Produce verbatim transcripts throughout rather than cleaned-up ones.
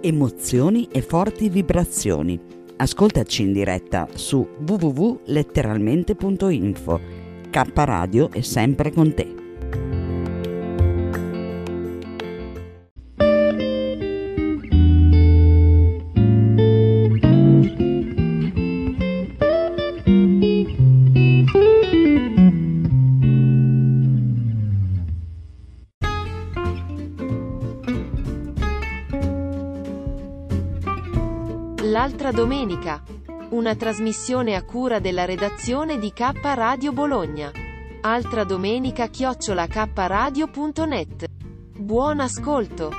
emozioni e forti vibrazioni. Ascoltaci in diretta su w w w punto letteralmente punto info. K Radio è sempre con te. L'altra domenica. Una trasmissione a cura della redazione di K Radio Bologna. Altra domenica chiocciola k radio punto net. Buon ascolto.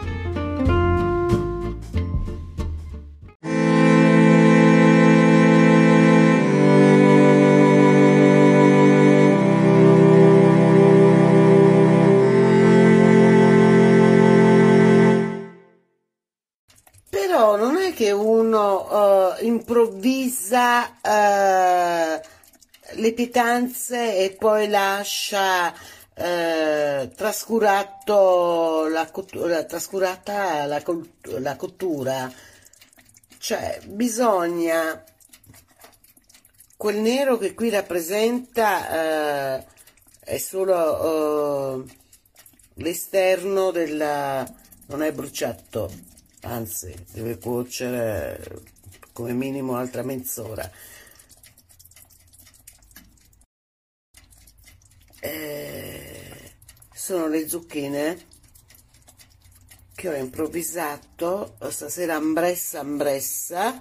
Però non è che uno uh, improvvisa uh, le pietanze e poi lascia uh, trascurato la cottura, trascurata la, la cottura. Cioè bisogna, quel nero che qui rappresenta uh, è solo uh, l'esterno della, non è bruciato, anzi deve cuocere come minimo altra mezz'ora. Eh, sono le zucchine che ho improvvisato stasera, ambressa ambressa,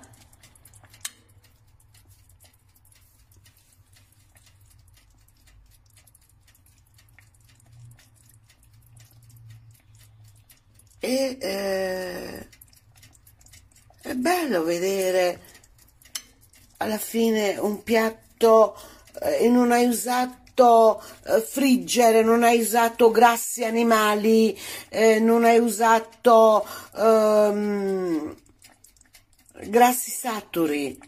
e eh, è bello vedere alla fine un piatto eh, e non hai usato eh, friggere, non hai usato grassi animali, eh, non hai usato ehm, grassi saturi.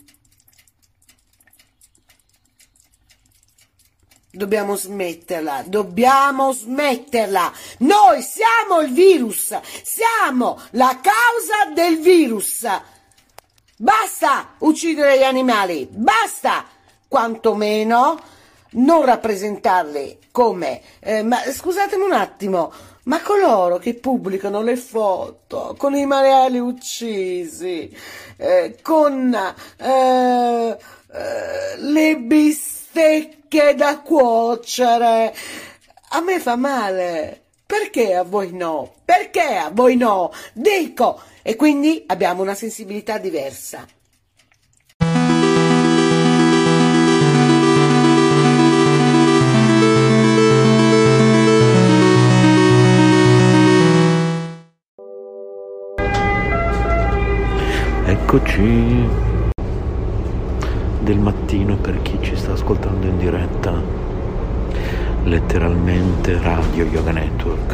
Dobbiamo smetterla, dobbiamo smetterla. Noi siamo il virus, siamo la causa del virus. Basta uccidere gli animali, basta, quantomeno non rappresentarli come... Eh, ma scusatemi un attimo, ma coloro che pubblicano le foto con i maiali uccisi, eh, con eh, eh, le bistecche da cuocere, a me fa male. Perché a voi no? Perché a voi no? Dico, e quindi abbiamo una sensibilità diversa. Eccoci del mattino per chi ci sta ascoltando in diretta, letteralmente Radio Yoga Network,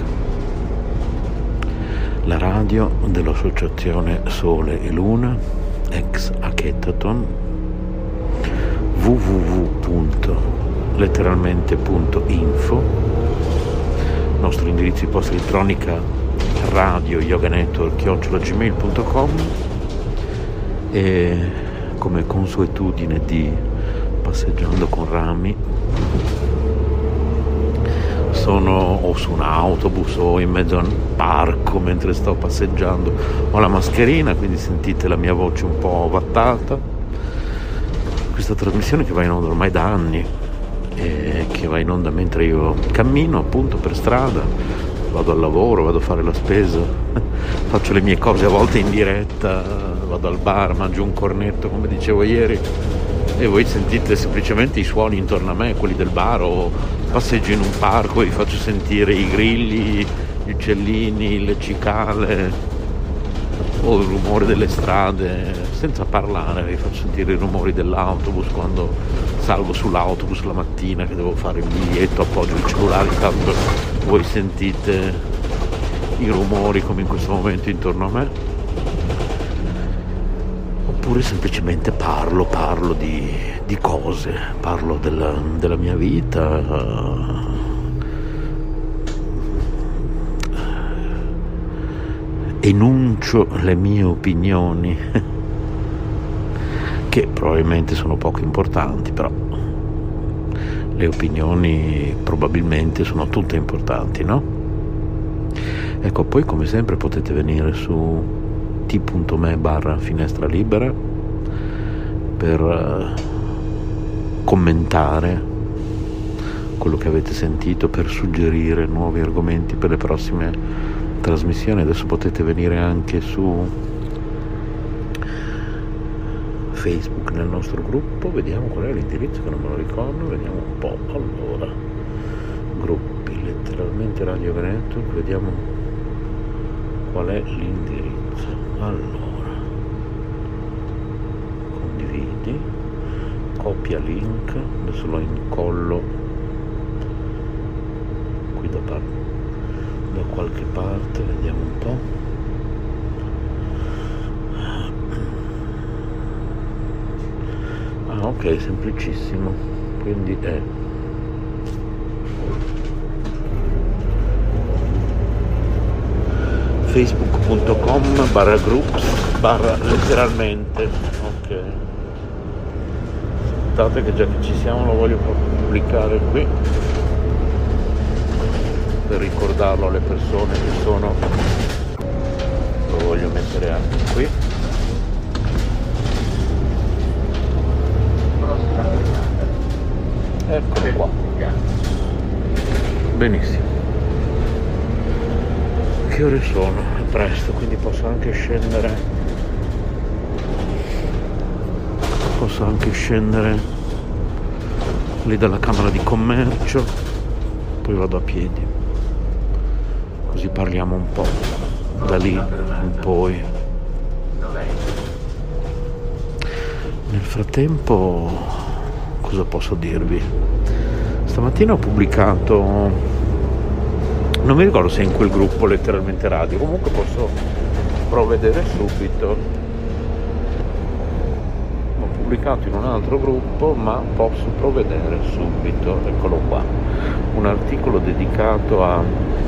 la radio dell'associazione Sole e Luna, ex Hackathon, w w w punto letteralmente punto info, nostro indirizzo di posta elettronica radio yoga network chiocciola gmail punto com, e come consuetudine di Passeggiando con Rami sono o su un autobus o in mezzo a un parco mentre sto passeggiando. Ho la mascherina, quindi sentite la mia voce un po' ovattata. Questa trasmissione che va in onda ormai da anni e che va in onda mentre io cammino appunto per strada, vado al lavoro, vado a fare la spesa, faccio le mie cose a volte in diretta, vado al bar, mangio un cornetto come dicevo ieri, e voi sentite semplicemente i suoni intorno a me, quelli del bar, o passeggio in un parco e vi faccio sentire i grilli, gli uccellini, le cicale o il rumore delle strade, senza parlare vi faccio sentire i rumori dell'autobus quando salgo sull'autobus la mattina che devo fare il biglietto, appoggio il cellulare, intanto voi sentite i rumori come in questo momento intorno a me. Oppure semplicemente parlo, parlo di, di cose, parlo della, della mia vita, enuncio le mie opinioni che probabilmente sono poco importanti, però le opinioni probabilmente sono tutte importanti, no? Ecco, poi come sempre potete venire su t.me barra finestra libera per uh, commentare quello che avete sentito, per suggerire nuovi argomenti per le prossime trasmissioni. Adesso potete venire anche su Facebook nel nostro gruppo, vediamo qual è l'indirizzo che non me lo ricordo, vediamo un po'. Allora, gruppi letteralmente Radio Veneto, vediamo qual è l'indirizzo. Allora, condividi, copia link, adesso lo incollo qui da, par- da qualche parte, vediamo un po'. Ah, ok, semplicissimo, quindi è facebook.com barra groups barra letteralmente. Ok, aspettate che già che ci siamo lo voglio pubblicare qui per ricordarlo alle persone che sono, lo voglio mettere anche qui. Eccolo qua. Benissimo. Che ore sono? È presto, quindi posso anche scendere. Posso anche scendere lì dalla Camera di Commercio, poi vado a piedi. Così parliamo un po' da lì in poi. Nel frattempo cosa posso dirvi? Stamattina ho pubblicato, non mi ricordo se è in quel gruppo letteralmente radio, comunque posso provvedere subito. Ho pubblicato in un altro gruppo, ma posso provvedere subito, eccolo qua, un articolo dedicato a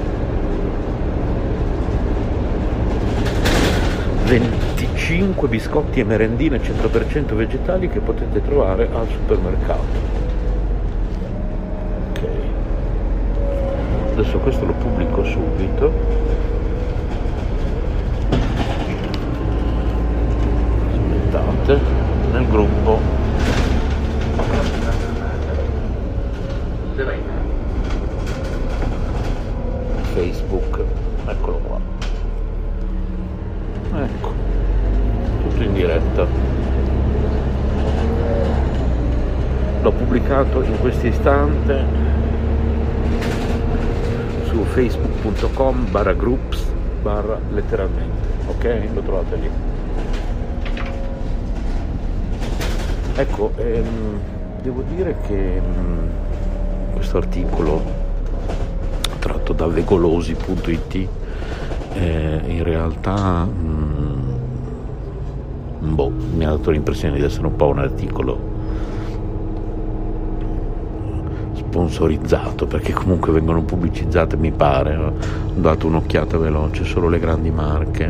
venticinque biscotti e merendine cento per cento vegetali che potete trovare al supermercato. Ok, adesso questo lo pubblico subito. Aspettate, nel gruppo Facebook, eccolo qua. Ecco, tutto in diretta. L'ho pubblicato in questo istante su facebook.com barra groups barra letteralmente. Ok? Lo trovate lì. Ecco, ehm, devo dire che ehm, questo articolo tratto da vegolosi punto it Eh, in realtà mh, boh, mi ha dato l'impressione di essere un po' un articolo sponsorizzato, perché comunque vengono pubblicizzate, mi pare, ho dato un'occhiata veloce, solo le grandi marche,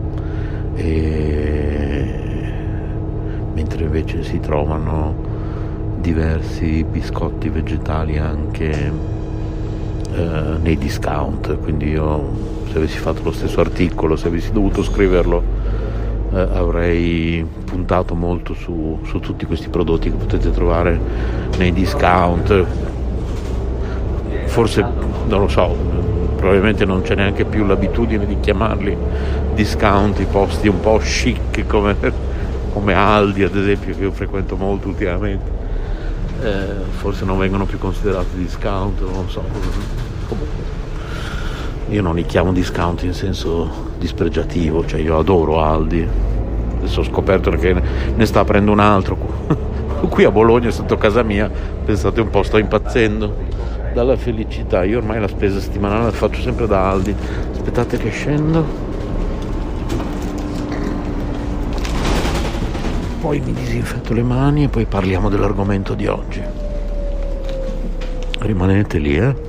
e mentre invece si trovano diversi biscotti vegetali anche eh, nei discount. Quindi io, se avessi fatto lo stesso articolo, se avessi dovuto scriverlo, eh, avrei puntato molto su, su tutti questi prodotti che potete trovare nei discount. Forse, non lo so, probabilmente non c'è neanche più l'abitudine di chiamarli discount, i posti un po' chic come, come Aldi ad esempio, che io frequento molto ultimamente. Eh, forse non vengono più considerati discount, non lo so. Comunque io non li chiamo discount in senso dispregiativo, cioè io adoro Aldi. Adesso ho scoperto che ne sta aprendo un altro qui a Bologna, sotto casa mia. Pensate un po', sto impazzendo dalla felicità. Io ormai la spesa settimanale la faccio sempre da Aldi. Aspettate che scendo, poi mi disinfetto le mani e poi parliamo dell'argomento di oggi. Rimanete lì, eh.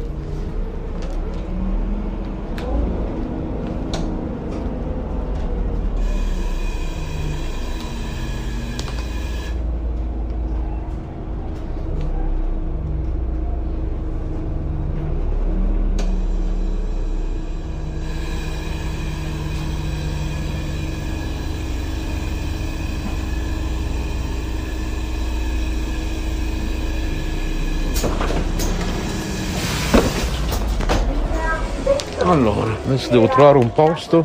Allora, adesso devo trovare un posto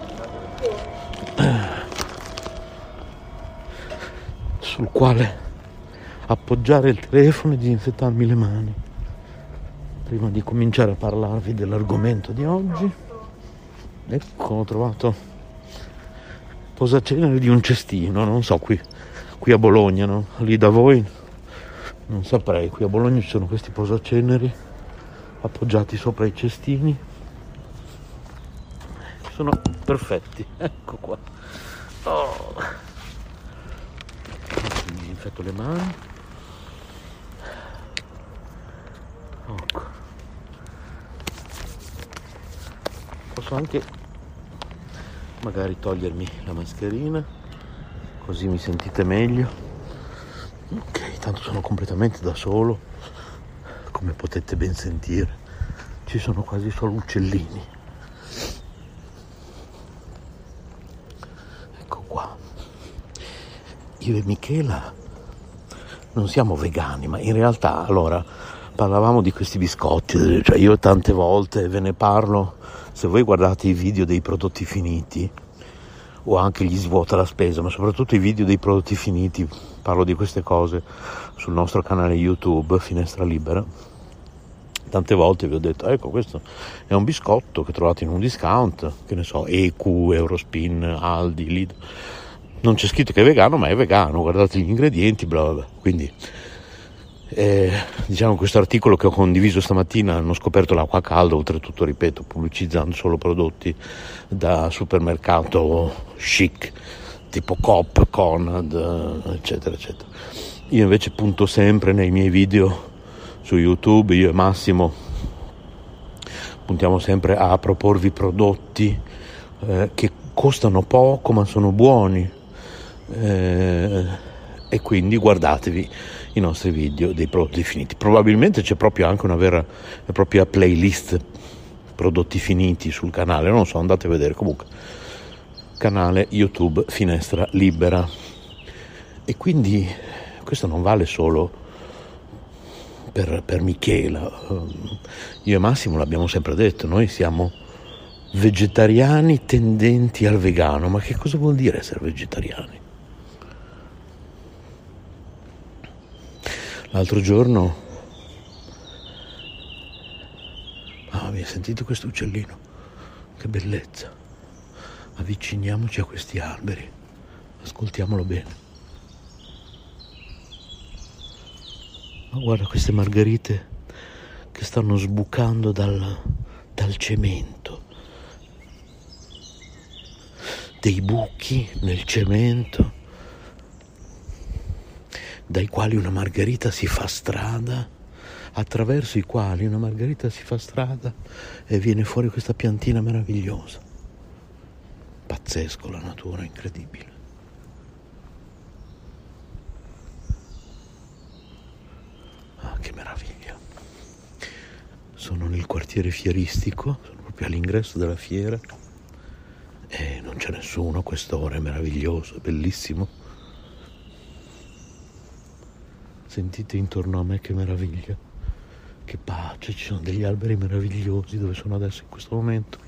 sul quale appoggiare il telefono e disinfettarmi le mani prima di cominciare a parlarvi dell'argomento di oggi. Ecco, ho trovato posacenere di un cestino, non so, qui, qui a Bologna, no? Lì da voi non saprei, qui a Bologna ci sono questi posaceneri appoggiati sopra i cestini, sono perfetti, ecco qua. Oh. Mi disinfetto le mani. Ecco. Posso anche magari togliermi la mascherina, così mi sentite meglio. Ok, tanto sono completamente da solo, come potete ben sentire. Ci sono quasi solo uccellini. Ecco qua. Io e Michela non siamo vegani, ma in realtà, allora, parlavamo di questi biscotti, cioè io tante volte ve ne parlo. Se voi guardate i video dei prodotti finiti o anche gli svuota la spesa, ma soprattutto i video dei prodotti finiti, parlo di queste cose sul nostro canale YouTube Finestra Libera, tante volte vi ho detto, ecco, questo è un biscotto che trovate in un discount, che ne so, E Q, Eurospin, Aldi, Lidl, non c'è scritto che è vegano, ma è vegano, guardate gli ingredienti, bla bla bla. Quindi Eh, diciamo, questo articolo che ho condiviso stamattina, hanno scoperto l'acqua calda, oltretutto, ripeto, pubblicizzando solo prodotti da supermercato chic tipo Coop, Conad, eccetera eccetera. Io invece punto sempre nei miei video su YouTube, io e Massimo puntiamo sempre a proporvi prodotti eh, che costano poco ma sono buoni, eh, e quindi guardatevi i nostri video dei prodotti finiti. Probabilmente c'è proprio anche una vera e propria playlist prodotti finiti sul canale, non so, andate a vedere. Comunque, canale YouTube Finestra Libera. E quindi questo non vale solo per, per Michela. Io e Massimo l'abbiamo sempre detto, noi siamo vegetariani tendenti al vegano. Ma che cosa vuol dire essere vegetariani? L'altro giorno, ah, mi hai sentito questo uccellino? Che bellezza! Avviciniamoci a questi alberi, ascoltiamolo bene. Ma guarda queste margherite che stanno sbucando dal, dal cemento, dei buchi nel cemento, dai quali una margherita si fa strada, attraverso i quali una margherita si fa strada e viene fuori questa piantina meravigliosa. Pazzesco, la natura, incredibile. Ah, che meraviglia. Sono nel quartiere fieristico, sono proprio all'ingresso della fiera e non c'è nessuno a quest'ora, è meraviglioso, è bellissimo. Sentite intorno a me che meraviglia, che pace, ci sono degli alberi meravigliosi dove sono adesso in questo momento.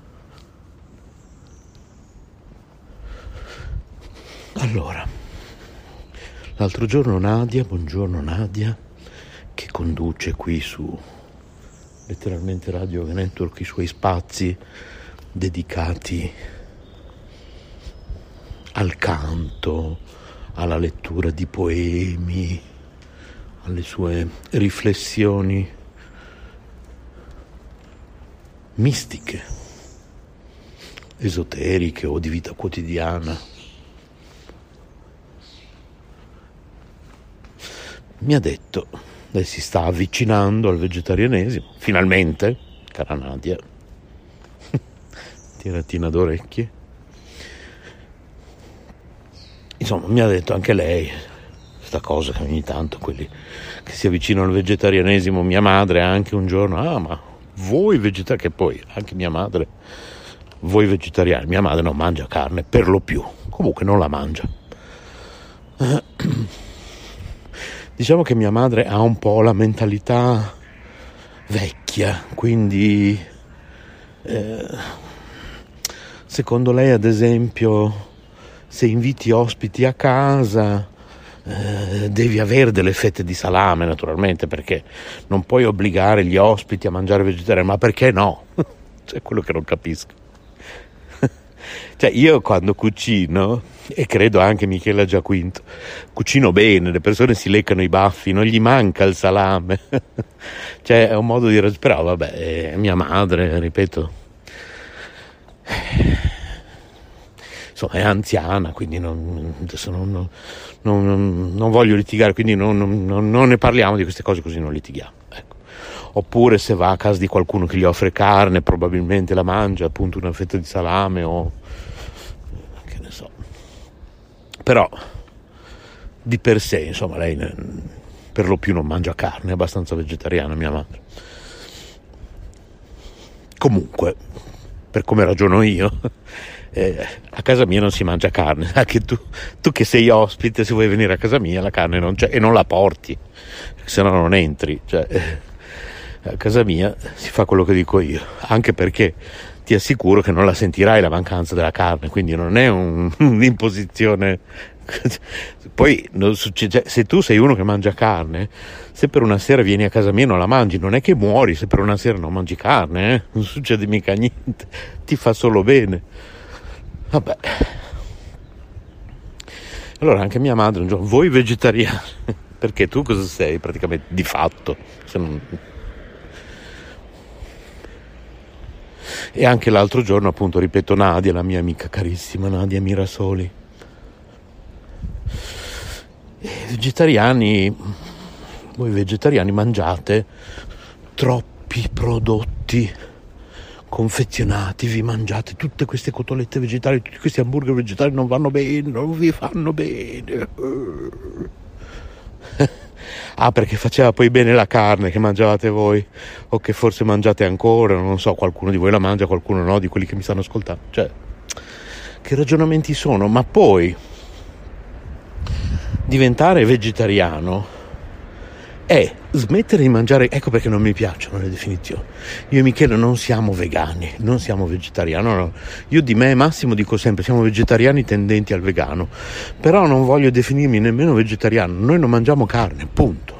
Allora, l'altro giorno Nadia, buongiorno Nadia, che conduce qui su letteralmente Radio Network i suoi spazi dedicati al canto, alla lettura di poemi, alle sue riflessioni mistiche, esoteriche o di vita quotidiana. Mi ha detto, lei si sta avvicinando al vegetarianesimo, finalmente, cara Nadia, tiratina d'orecchie. Insomma, mi ha detto anche lei questa cosa che ogni tanto quelli che si avvicinano al vegetarianesimo, mia madre anche un giorno, ah ma voi vegetariani, che poi anche mia madre, voi vegetariani, mia madre non mangia carne per lo più, comunque non la mangia. Diciamo che mia madre ha un po' la mentalità vecchia, quindi eh, secondo lei, ad esempio, se inviti ospiti a casa eh, devi avere delle fette di salame, naturalmente, perché non puoi obbligare gli ospiti a mangiare vegetariano. Ma perché no? Cioè, quello che non capisco. Cioè, io quando cucino, e credo anche Michela Giaquinto, cucino bene, le persone si leccano i baffi, non gli manca il salame. Cioè, è un modo di... Però vabbè, è mia madre, ripeto, insomma è anziana, quindi non, adesso non, non, non, non voglio litigare, quindi non, non, non ne parliamo di queste cose, così non litighiamo, ecco. Oppure se va a casa di qualcuno che gli offre carne, probabilmente la mangia, appunto una fetta di salame o che ne so. Però di per sé, insomma, lei per lo più non mangia carne, è abbastanza vegetariana mia madre. Comunque, per come ragiono io, eh, a casa mia non si mangia carne. Anche tu, tu che sei ospite, se vuoi venire a casa mia la carne non c'è e non la porti, se no non entri. Cioè, eh, a casa mia si fa quello che dico io, anche perché ti assicuro che non la sentirai la mancanza della carne, quindi non è un, un'imposizione. Poi non succede, se tu sei uno che mangia carne, se per una sera vieni a casa mia e non la mangi, non è che muori se per una sera non mangi carne, eh? Non succede mica niente, ti fa solo bene. Vabbè, allora anche mia madre un giorno, voi vegetariani, perché tu cosa sei praticamente di fatto, se non... E anche l'altro giorno, appunto, ripeto, Nadia, la mia amica carissima Nadia Mirasoli, e vegetariani, voi vegetariani mangiate troppi prodotti confezionati, vi mangiate tutte queste cotolette vegetali, tutti questi hamburger vegetali, non vanno bene, non vi fanno bene. Ah, perché faceva poi bene la carne che mangiavate voi, o che forse mangiate ancora, non so, qualcuno di voi la mangia, qualcuno no, di quelli che mi stanno ascoltando. Cioè, che ragionamenti sono? Ma poi diventare vegetariano è smettere di mangiare, ecco perché non mi piacciono le definizioni. Io e Michele non siamo vegani, non siamo vegetariani, no, no. Io di me Massimo dico sempre siamo vegetariani tendenti al vegano, però non voglio definirmi nemmeno vegetariano, noi non mangiamo carne, punto.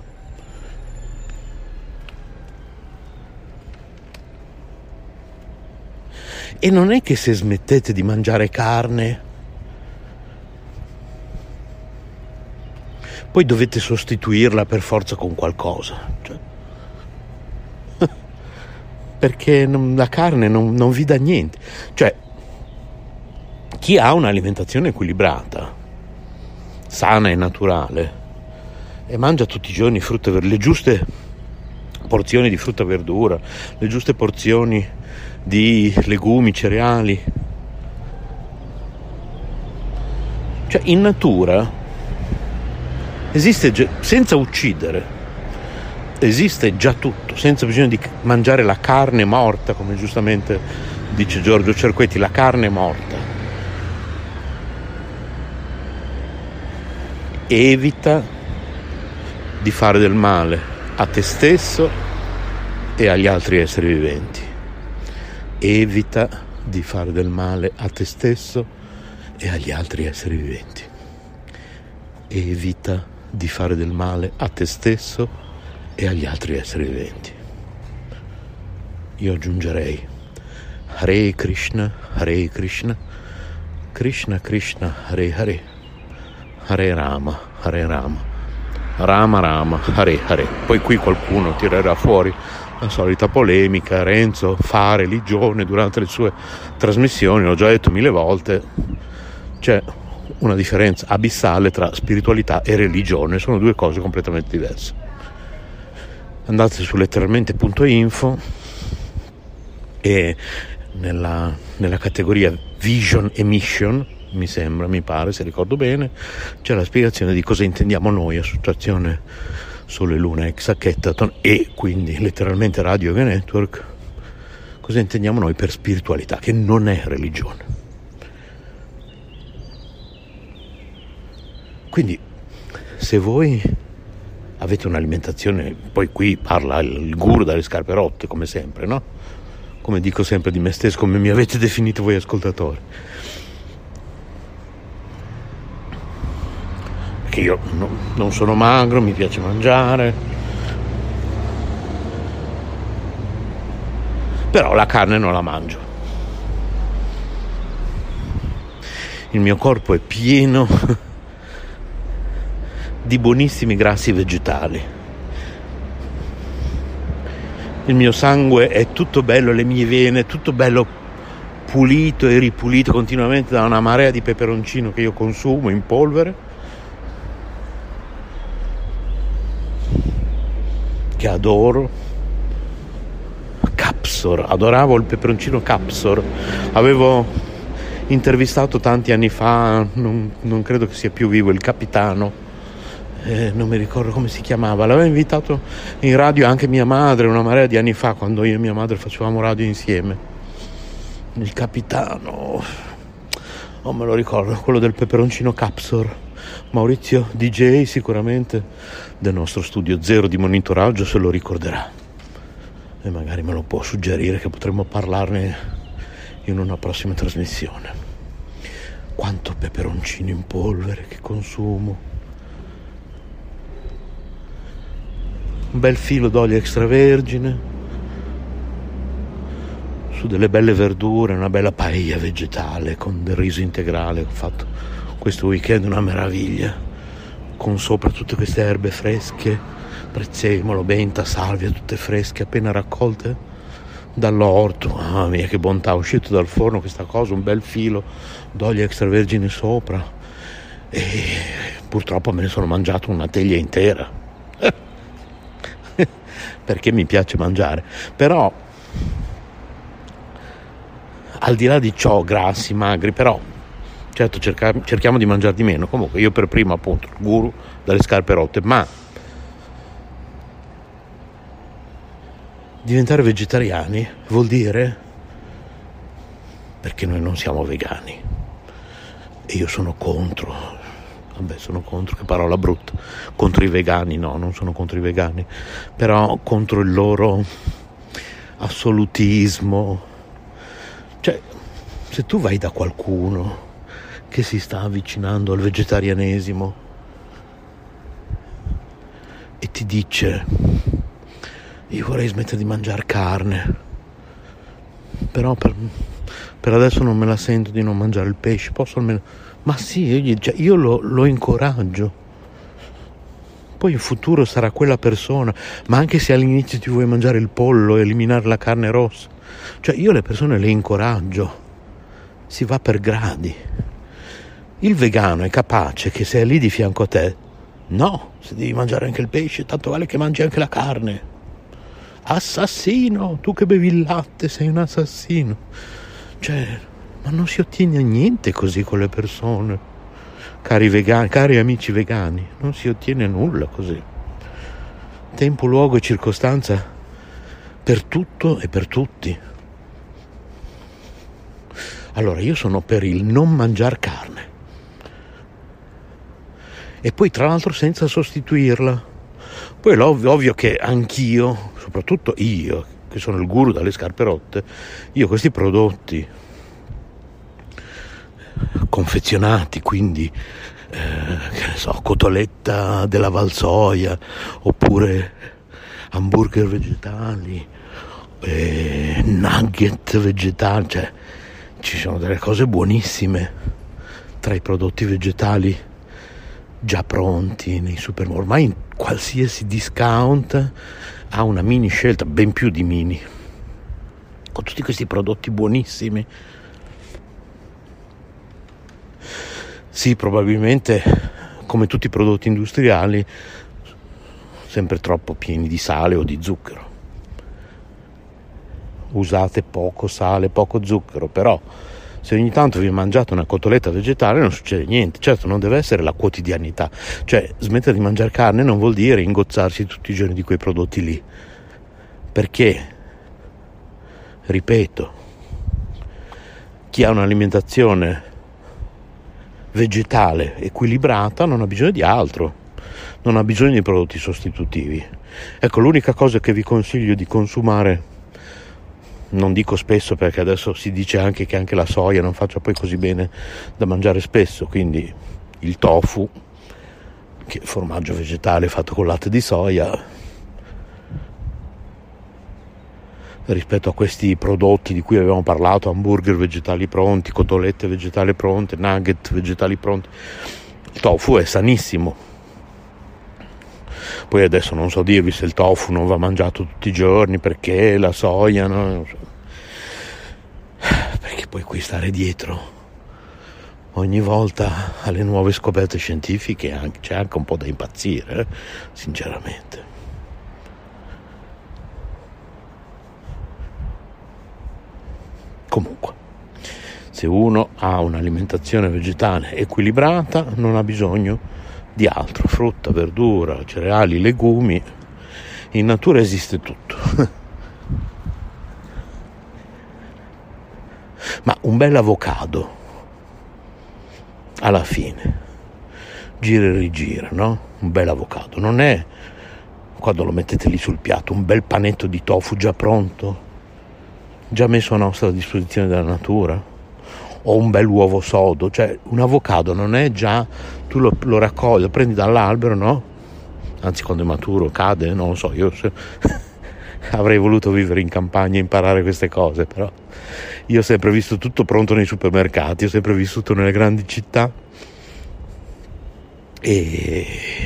E non è che se smettete di mangiare carne poi dovete sostituirla per forza con qualcosa, cioè, perché non, la carne non, non vi dà niente. Cioè, chi ha un'alimentazione equilibrata, sana e naturale, e mangia tutti i giorni frutta e verdura, le giuste porzioni di frutta e verdura, le giuste porzioni di legumi, cereali, cioè in natura esiste già, senza uccidere, esiste già tutto, senza bisogno di mangiare la carne morta, come giustamente dice Giorgio Cerquetti, la carne morta. Evita di fare del male a te stesso e agli altri esseri viventi. Evita di fare del male a te stesso e agli altri esseri viventi. Evita di fare del male a te stesso e agli altri esseri viventi. Io aggiungerei Hare Krishna, Hare Krishna, Krishna Krishna, Hare Hare, Hare Rama, Hare Rama, Rama Rama, Hare Hare. Poi qui qualcuno tirerà fuori la solita polemica, Renzo fa religione durante le sue trasmissioni, l'ho già detto mille volte, c'è una differenza abissale tra spiritualità e religione, sono due cose completamente diverse. Andate su letteralmente punto info e nella, nella categoria Vision e Mission, mi sembra, mi pare, se ricordo bene, c'è la spiegazione di cosa intendiamo noi, Associazione Sole Luna Ex Hackathon, e quindi letteralmente Radio Yoga Network, cosa intendiamo noi per spiritualità, che non è religione. Quindi se voi avete un'alimentazione, poi qui parla il guru dalle scarpe rotte come sempre, no? come dico sempre di me stesso, come mi avete definito voi ascoltatori. Che io no, non sono magro, mi piace mangiare, però la carne non la mangio. Il mio corpo è pieno di buonissimi grassi vegetali. Il mio sangue è tutto bello, le mie vene, tutto bello pulito e ripulito continuamente da una marea di peperoncino che io consumo in polvere, che adoro. Capsor, adoravo il peperoncino Capsor. Avevo intervistato tanti anni fa, non, non credo che sia più vivo, il capitano. Eh, non mi ricordo come si chiamava, l'aveva invitato in radio anche mia madre una marea di anni fa, quando io e mia madre facevamo radio insieme. Il capitano, non me lo ricordo, quello del peperoncino Capsor, Maurizio D J sicuramente del nostro studio zero di monitoraggio se lo ricorderà e magari me lo può suggerire, che potremmo parlarne in una prossima trasmissione. Quanto peperoncino in polvere che consumo, un bel filo d'olio extravergine su delle belle verdure, una bella paella vegetale con del riso integrale. Ho fatto questo weekend una meraviglia, con sopra tutte queste erbe fresche, prezzemolo, menta, salvia, tutte fresche appena raccolte dall'orto. Mamma mia che bontà, è uscito dal forno questa cosa, un bel filo d'olio extravergine sopra, e purtroppo me ne sono mangiato una teglia intera perché mi piace mangiare. Però al di là di ciò, grassi, magri, però certo cerca, cerchiamo di mangiare di meno. Comunque io per primo, appunto, il guru dalle scarpe rotte, ma diventare vegetariani vuol dire, perché noi non siamo vegani e io sono contro, vabbè sono contro, che parola brutta, contro i vegani, no, non sono contro i vegani, però contro il loro assolutismo. Cioè, se tu vai da qualcuno che si sta avvicinando al vegetarianesimo e ti dice: io vorrei smettere di mangiare carne, però per, per adesso non me la sento di non mangiare il pesce, posso almeno... Ma sì, io, cioè, io lo, lo incoraggio. Poi in futuro sarà quella persona, ma anche se all'inizio ti vuoi mangiare il pollo e eliminare la carne rossa, cioè io le persone le incoraggio, si va per gradi. Il vegano è capace che se è lì di fianco a te, no, se devi mangiare anche il pesce, tanto vale che mangi anche la carne. Assassino, tu che bevi il latte sei un assassino. Cioè, ma non si ottiene niente così con le persone, cari vegani, cari amici vegani, non si ottiene nulla così. Tempo, luogo e circostanza per tutto e per tutti. Allora io sono per il non mangiar carne, e poi tra l'altro senza sostituirla. Poi è ovvio, ovvio che anch'io, soprattutto io che sono il guru dalle scarpe rotte, io questi prodotti confezionati, quindi eh, che ne so, cotoletta della Valsoia oppure hamburger vegetali, eh, nugget vegetali, cioè ci sono delle cose buonissime tra i prodotti vegetali già pronti nei supermercati. Ormai in qualsiasi discount ha una mini scelta, ben più di mini, con tutti questi prodotti buonissimi. Sì, probabilmente come tutti i prodotti industriali sempre troppo pieni di sale o di zucchero. Usate poco sale, poco zucchero, però se ogni tanto vi mangiate una cotoletta vegetale non succede niente. Certo, non deve essere la quotidianità, cioè smettere di mangiare carne non vuol dire ingozzarsi tutti i giorni di quei prodotti lì, perché, ripeto, chi ha un'alimentazione vegetale equilibrata non ha bisogno di altro, non ha bisogno di prodotti sostitutivi. Ecco, l'unica cosa che vi consiglio di consumare non dico spesso perché adesso si dice anche che anche la soia non faccia poi così bene da mangiare spesso, quindi il tofu, che è formaggio vegetale fatto con latte di soia, rispetto a questi prodotti di cui avevamo parlato, hamburger vegetali pronti, cotolette vegetali pronte, nugget vegetali pronti, il tofu è sanissimo. Poi adesso non so dirvi se il tofu non va mangiato tutti i giorni, perché la soia, no? Non so. Perché poi qui stare dietro ogni volta alle nuove scoperte scientifiche anche, c'è anche un po' da impazzire, eh? Sinceramente. Comunque, se uno ha un'alimentazione vegetale equilibrata, non ha bisogno di altro, frutta, verdura, cereali, legumi. In natura esiste tutto. Ma un bel avocado, alla fine, gira e rigira, no? Un bel avocado, non è, quando lo mettete lì sul piatto, un bel panetto di tofu già pronto, già messo a nostra disposizione dalla natura, o un bel uovo sodo. Cioè un avocado non è già, tu lo, lo raccogli, lo prendi dall'albero, no? Anzi, quando è maturo cade, non lo so, io se... avrei voluto vivere in campagna e imparare queste cose, però io ho sempre visto tutto pronto nei supermercati, ho sempre vissuto nelle grandi città e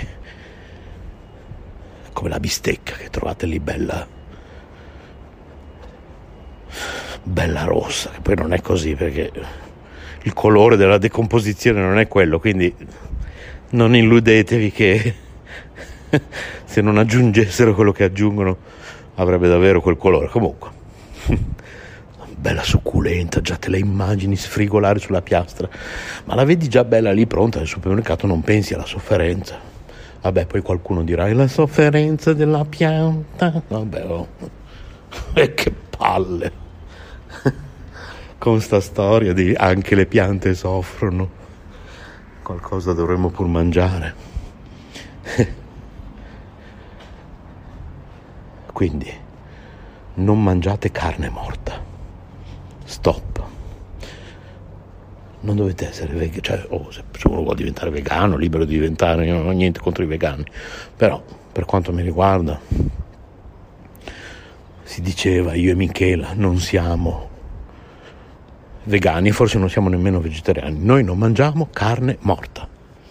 come la bistecca che trovate lì bella bella rossa, che poi non è così perché il colore della decomposizione non è quello, quindi non illudetevi che se non aggiungessero quello che aggiungono avrebbe davvero quel colore. Comunque bella succulenta, già te la immagini sfrigolare sulla piastra, ma la vedi già bella lì pronta al supermercato, non pensi alla sofferenza. Vabbè, poi qualcuno dirà è la sofferenza della pianta, vabbè, oh. E che palle con sta storia di anche le piante soffrono, qualcosa dovremmo pur mangiare. Quindi non mangiate carne morta, stop, non dovete essere vegani, cioè oh, se uno vuole diventare vegano, libero di diventare, io non ho niente contro i vegani, però per quanto mi riguarda si diceva, io e Michela non siamo vegani, forse non siamo nemmeno vegetariani, noi non mangiamo carne morta.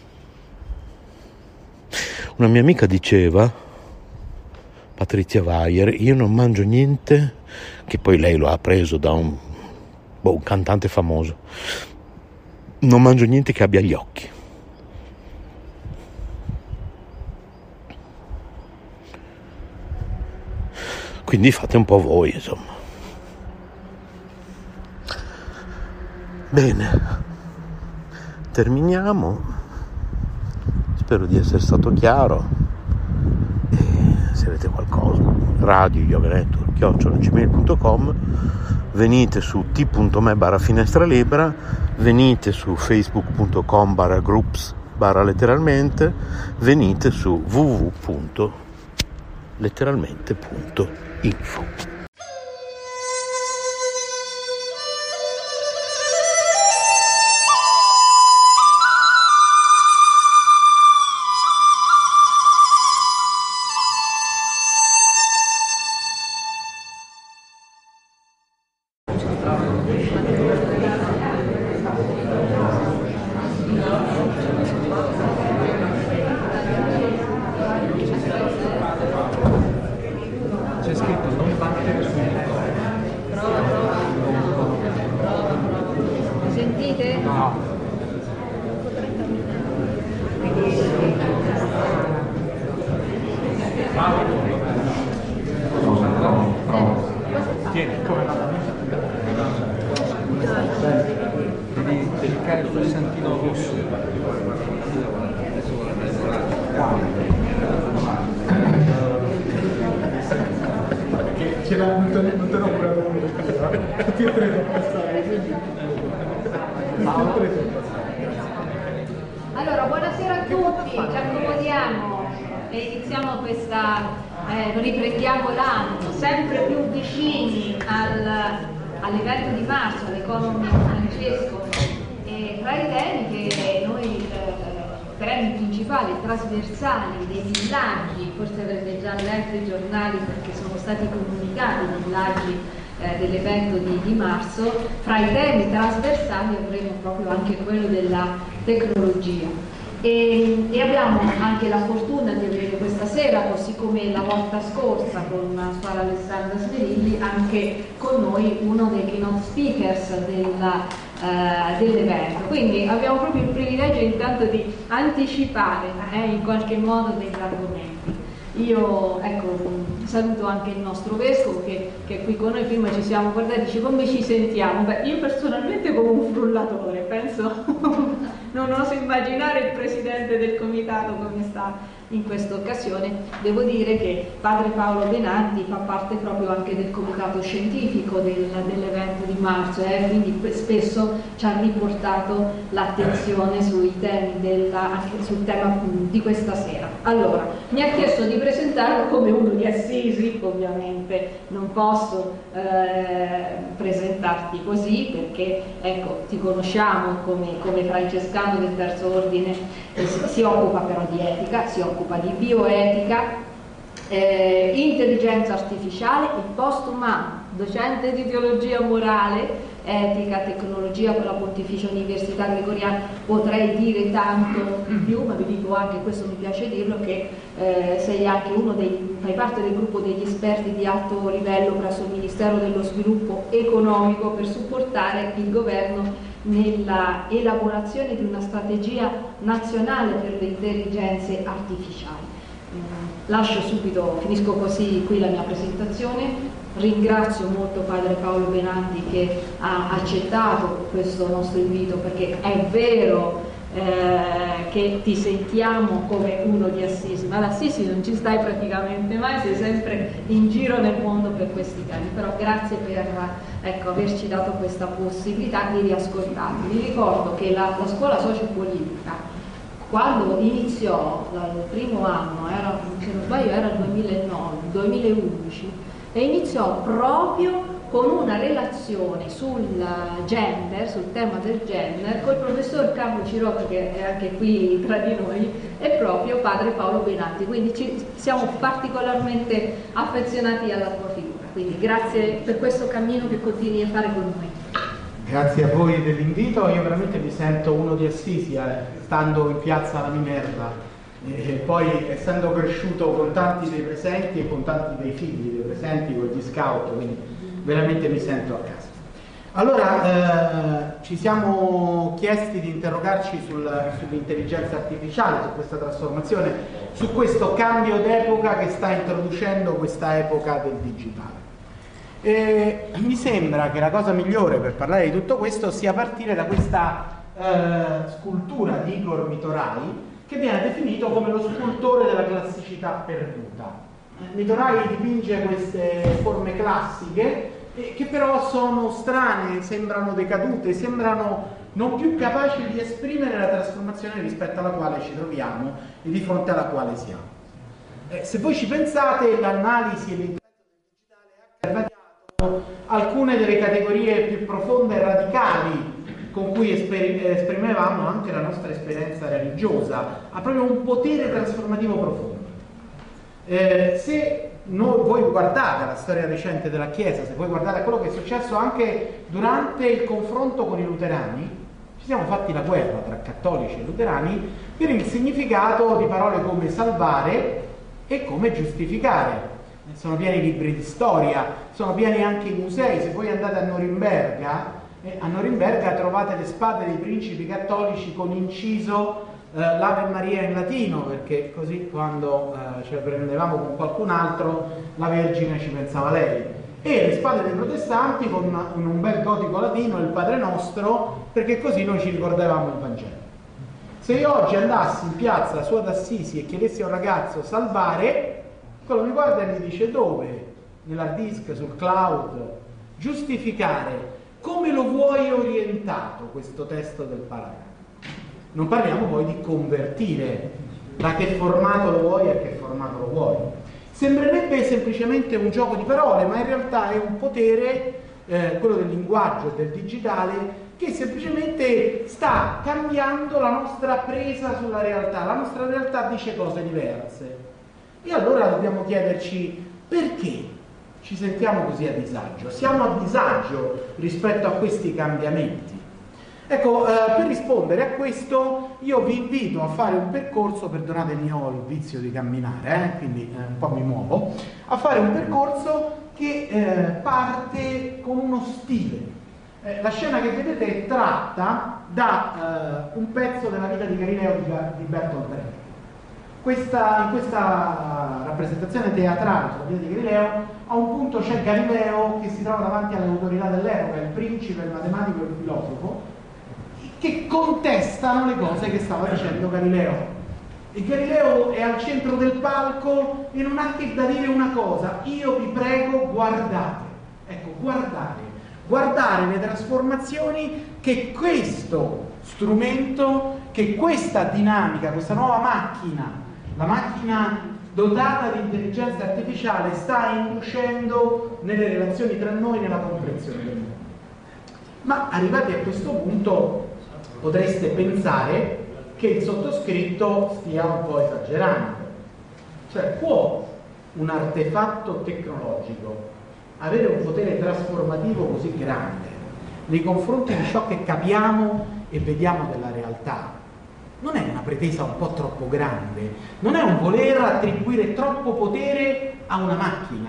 Una mia amica diceva, Patrizia Weier, io non mangio niente, che poi lei lo ha preso da un, boh, un cantante famoso, non mangio niente che abbia gli occhi. Quindi fate un po' voi, insomma. Bene, terminiamo, spero di essere stato chiaro, e se avete qualcosa, radio yoga network chiocciola gmail punto com, venite su t punto m e barra finestra libera, venite su facebook punto com barra groups barra letteralmente, venite su w w w punto letteralmente punto info. Allora, buonasera a tutti, ci accomodiamo e iniziamo questa eh, riprendiamo l'anno, sempre più vicini al, all'evento di marzo, all'Economy Francesco, e tra i temi che noi, eh, temi principali, trasversali dei villaggi, forse avrete già letto i giornali perché sono stati comunicati i villaggi eh, dell'evento di, di marzo, fra i temi trasversali avremo proprio anche quello della tecnologia. E, e abbiamo anche la fortuna di avere questa sera, così come la volta scorsa con Suor Alessandra Smerilli, anche con noi uno dei keynote speakers della, uh, dell'evento. Quindi abbiamo proprio il privilegio intanto di anticipare eh, in qualche modo degli argomenti. Io ecco, saluto anche il nostro vescovo che, che è qui con noi. Prima ci siamo guardati, dice come ci sentiamo? Beh, io personalmente come un frullatore, penso non oso immaginare il presidente del comitato come sta in questa occasione. Devo dire che padre Paolo Benanti fa parte proprio anche del comitato scientifico del, dell'evento di marzo, eh? Quindi spesso ci ha riportato l'attenzione sui temi della, anche sul tema di questa sera. Allora, mi ha chiesto di presentarlo come uno di Assisi, ovviamente non posso eh, presentarti così perché ecco, ti conosciamo come, come francescano del terzo ordine, eh, si, si occupa però di etica, si occupa di bioetica, eh, intelligenza artificiale e post-umano, docente di teologia morale, etica, tecnologia per la Pontificia Università Gregoriana. Potrei dire tanto di più, ma vi dico anche, questo mi piace dirlo, che eh, sei anche uno dei, fai parte del gruppo degli esperti di alto livello presso il Ministero dello Sviluppo Economico per supportare il governo nella elaborazione di una strategia nazionale per le intelligenze artificiali. Lascio subito, finisco così qui la mia presentazione. Ringrazio molto padre Paolo Benanti che ha accettato questo nostro invito, perché è vero eh, che ti sentiamo come uno di Assisi, ma l'Assisi non ci stai praticamente mai, sei sempre in giro nel mondo per questi temi, però grazie per ecco, averci dato questa possibilità di riascoltarvi. Vi ricordo che la, la scuola sociopolitica, quando iniziò il primo anno, era, se non sbaglio era il duemilanove, duemilaundici, e iniziò proprio con una relazione sul gender, sul tema del gender, col professor Carlo Cirocco, che è anche qui tra di noi, e proprio padre Paolo Benanti, quindi ci, siamo particolarmente affezionati alla tua figura, quindi grazie per questo cammino che continui a fare con noi. Grazie a voi dell'invito, io veramente mi sento uno di Assisi, eh, stando in piazza alla Minerva. E poi essendo cresciuto con tanti dei presenti e con tanti dei figli dei presenti, con gli scout, quindi veramente mi sento a casa. Allora eh, ci siamo chiesti di interrogarci sul, sull'intelligenza artificiale, su questa trasformazione, su questo cambio d'epoca che sta introducendo questa epoca del digitale. E mi sembra che la cosa migliore per parlare di tutto questo sia partire da questa eh, scultura di Igor Mitorai, che viene definito come lo scultore della classicità perduta. Mitorai dipinge queste forme classiche eh, che però sono strane, sembrano decadute, sembrano non più capaci di esprimere la trasformazione rispetto alla quale ci troviamo e di fronte alla quale siamo. Eh, se voi ci pensate, l'analisi e l'intelligenza del digitale ha cambiato alcune delle categorie più profonde e radicali con cui esprimevamo anche la nostra esperienza religiosa, ha proprio un potere trasformativo profondo. Eh, se noi, voi guardate la storia recente della Chiesa, se voi guardate quello che è successo anche durante il confronto con i luterani, ci siamo fatti la guerra tra cattolici e luterani per il significato di parole come salvare e come giustificare. Sono pieni i libri di storia, sono pieni anche i musei. Se voi andate a Norimberga, Eh, a Norimberga trovate le spade dei principi cattolici con inciso eh, l'Ave Maria in latino, perché così quando eh, ce le prendevamo con qualcun altro la Vergine ci pensava lei, e le spade dei protestanti con una, un bel gotico latino il Padre Nostro, perché così noi ci ricordavamo il Vangelo. Se io oggi andassi in piazza su ad Assisi e chiedessi a un ragazzo salvare, quello mi guarda e mi dice dove? Nell'hard disk, sul cloud. Giustificare. Come lo vuoi orientato questo testo del paragrafo? Non parliamo poi di convertire, da che formato lo vuoi a che formato lo vuoi. Sembrerebbe semplicemente un gioco di parole, ma in realtà è un potere, eh, quello del linguaggio e del digitale, che semplicemente sta cambiando la nostra presa sulla realtà. La nostra realtà dice cose diverse. E allora dobbiamo chiederci perché ci sentiamo così a disagio. Siamo a disagio rispetto a questi cambiamenti. Ecco, eh, per rispondere a questo io vi invito a fare un percorso, perdonatemi, ho il vizio di camminare, eh, quindi eh, un po' mi muovo, a fare un percorso che eh, parte con uno stile. Eh, la scena che vedete è tratta da eh, un pezzo della vita di Galileo di, di Bertolt Brecht. Questa, in questa rappresentazione teatrale sulla vita di Galileo, a un punto c'è Galileo che si trova davanti alle autorità dell'epoca, il principe, il matematico e il filosofo, che contestano le cose che stava dicendo Galileo. E Galileo è al centro del palco e non ha che da dire una cosa: io vi prego, guardate. Ecco, guardate. Guardare le trasformazioni che questo strumento, che questa dinamica, questa nuova macchina, la macchina dotata di intelligenza artificiale, sta inducendo nelle relazioni tra noi, nella comprensione del mondo. Ma arrivati a questo punto potreste pensare che il sottoscritto stia un po' esagerando. Cioè, può un artefatto tecnologico avere un potere trasformativo così grande nei confronti di ciò che capiamo e vediamo della realtà? Non è una pretesa un po' troppo grande? Non è un voler attribuire troppo potere a una macchina?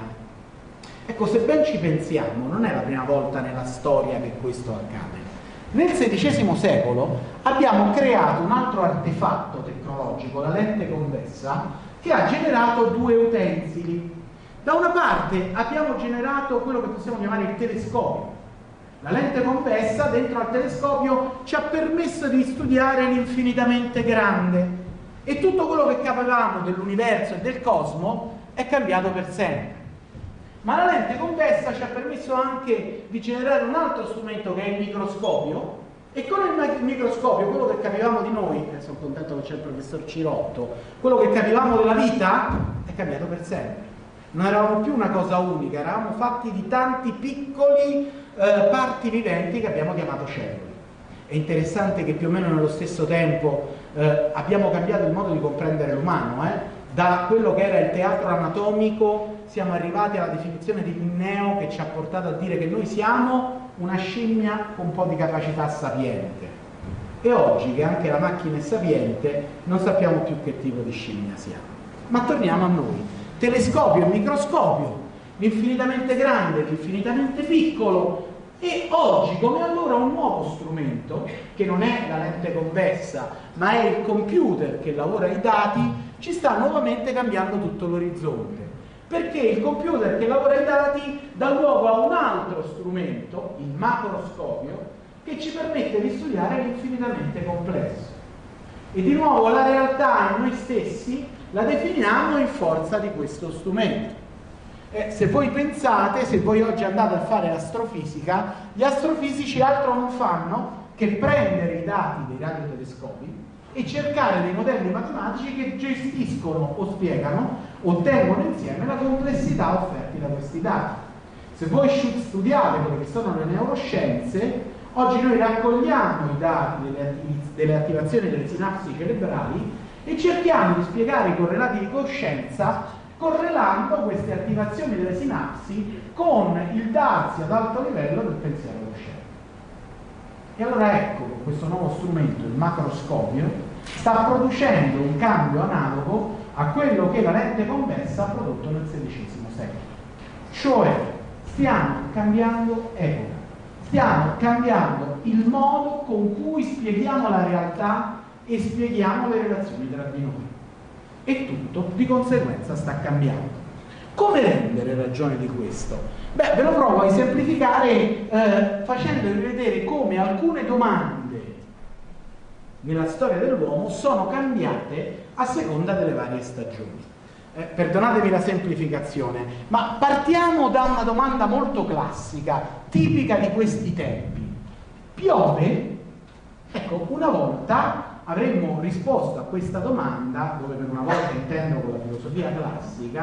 Ecco, se ben ci pensiamo, non è la prima volta nella storia che questo accade. Nel sedicesimo secolo abbiamo creato un altro artefatto tecnologico, la lente convessa, che ha generato due utensili. Da una parte abbiamo generato quello che possiamo chiamare il telescopio. La lente convessa dentro al telescopio ci ha permesso di studiare l'infinitamente grande, e tutto quello che capivamo dell'universo e del cosmo è cambiato per sempre. Ma la lente convessa ci ha permesso anche di generare un altro strumento, che è il microscopio, e con il microscopio quello che capivamo di noi, e sono contento che c'è il professor Cirotto, quello che capivamo della vita è cambiato per sempre. Non eravamo più una cosa unica, eravamo fatti di tanti piccoli eh, parti viventi che abbiamo chiamato cellule. È interessante che più o meno nello stesso tempo eh, abbiamo cambiato il modo di comprendere l'umano. Eh? Da quello che era il teatro anatomico siamo arrivati alla definizione di Linneo, che ci ha portato a dire che noi siamo una scimmia con un po' di capacità sapiente. E oggi, che anche la macchina è sapiente, non sappiamo più che tipo di scimmia siamo. Ma torniamo a noi. Telescopio e microscopio, l'infinitamente grande, l'infinitamente piccolo, e oggi come allora un nuovo strumento, che non è la lente convessa ma è il computer che lavora i dati, ci sta nuovamente cambiando tutto l'orizzonte, perché il computer che lavora i dati dà luogo a un altro strumento, il macroscopio, che ci permette di studiare l'infinitamente complesso. E di nuovo la realtà in noi stessi la definiamo in forza di questo strumento. Eh, se voi pensate, se voi oggi andate a fare astrofisica, gli astrofisici altro non fanno che prendere i dati dei radiotelescopi e cercare dei modelli matematici che gestiscono o spiegano o tengono insieme la complessità offerti da questi dati. Se voi studiate quelle che sono le neuroscienze, oggi noi raccogliamo i dati delle, attiv- delle attivazioni delle sinapsi cerebrali e cerchiamo di spiegare i correlati di coscienza correlando queste attivazioni delle sinapsi con il darsi ad alto livello del pensiero cosciente. E allora ecco che questo nuovo strumento, il macroscopio, sta producendo un cambio analogo a quello che la lente convessa ha prodotto nel sedicesimo secolo. Cioè, stiamo cambiando epoca, stiamo cambiando il modo con cui spieghiamo la realtà e spieghiamo le relazioni tra di noi. E tutto di conseguenza sta cambiando. Come rendere ragione di questo? Beh, ve lo provo a esemplificare eh, facendovi vedere come alcune domande nella storia dell'uomo sono cambiate a seconda delle varie stagioni. Eh, perdonatemi la semplificazione, ma partiamo da una domanda molto classica, tipica di questi tempi. Piove? Ecco, una volta avremmo risposto a questa domanda, dove per una volta intendo con la filosofia classica,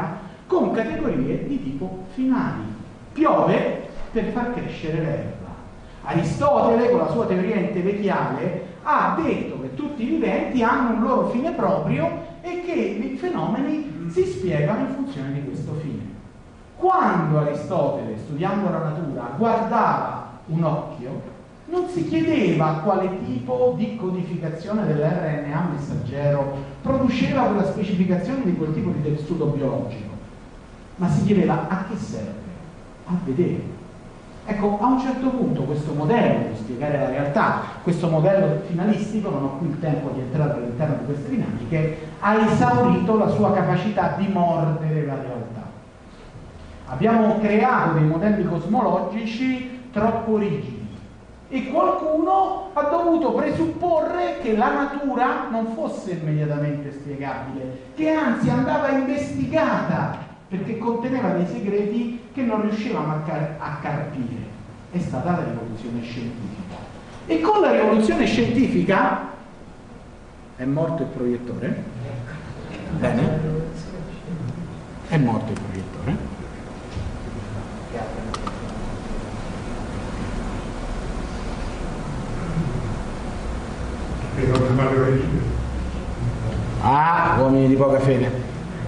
con categorie di tipo finali. Piove per far crescere l'erba. Aristotele, con la sua teoria entelechiale, ha detto che tutti i viventi hanno un loro fine proprio e che i fenomeni si spiegano in funzione di questo fine. Quando Aristotele, studiando la natura, guardava un occhio, non si chiedeva quale tipo di codificazione dell'erre enne a messaggero produceva quella specificazione di quel tipo di tessuto biologico, ma si chiedeva a che serve? A vedere. Ecco, a un certo punto questo modello di spiegare la realtà, questo modello finalistico, non ho qui il tempo di entrare all'interno di queste dinamiche, ha esaurito la sua capacità di mordere la realtà. Abbiamo creato dei modelli cosmologici troppo rigidi e qualcuno ha dovuto presupporre che la natura non fosse immediatamente spiegabile, che anzi andava investigata perché conteneva dei segreti che non riuscivamo a, car- a carpire. È stata la rivoluzione scientifica. E con la rivoluzione scientifica è morto il proiettore? Bene? È morto il proiettore? Ah, uomini di poca fede.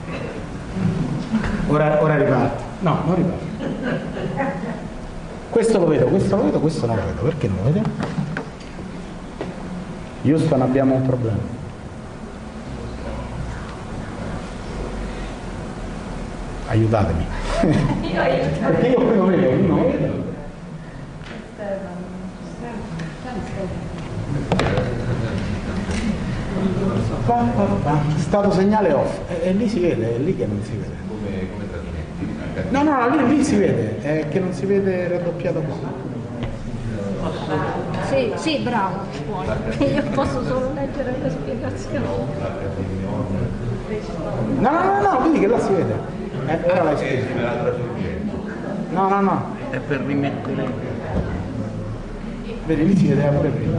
Ora, ora riparte. No, non riparte. Questo lo vedo, questo lo vedo, questo non lo vedo. Perché non lo vedo? Houston, abbiamo un problema. Aiutatemi. Io aiuto. Perché io qui lo vedo, io non lo vedo. Stato segnale off. E, e lì si vede, è lì che non si vede. No, no, no, lì, lì si vede, è che non si vede raddoppiato qua. Sì, sì, bravo, puoi. Io posso solo leggere le spiegazioni. No, no, no, no, vedi che là si vede. Eh, ora l'hai scritto. No, no, no. È per rimettere. Vedi, lì si vedeva pure prima.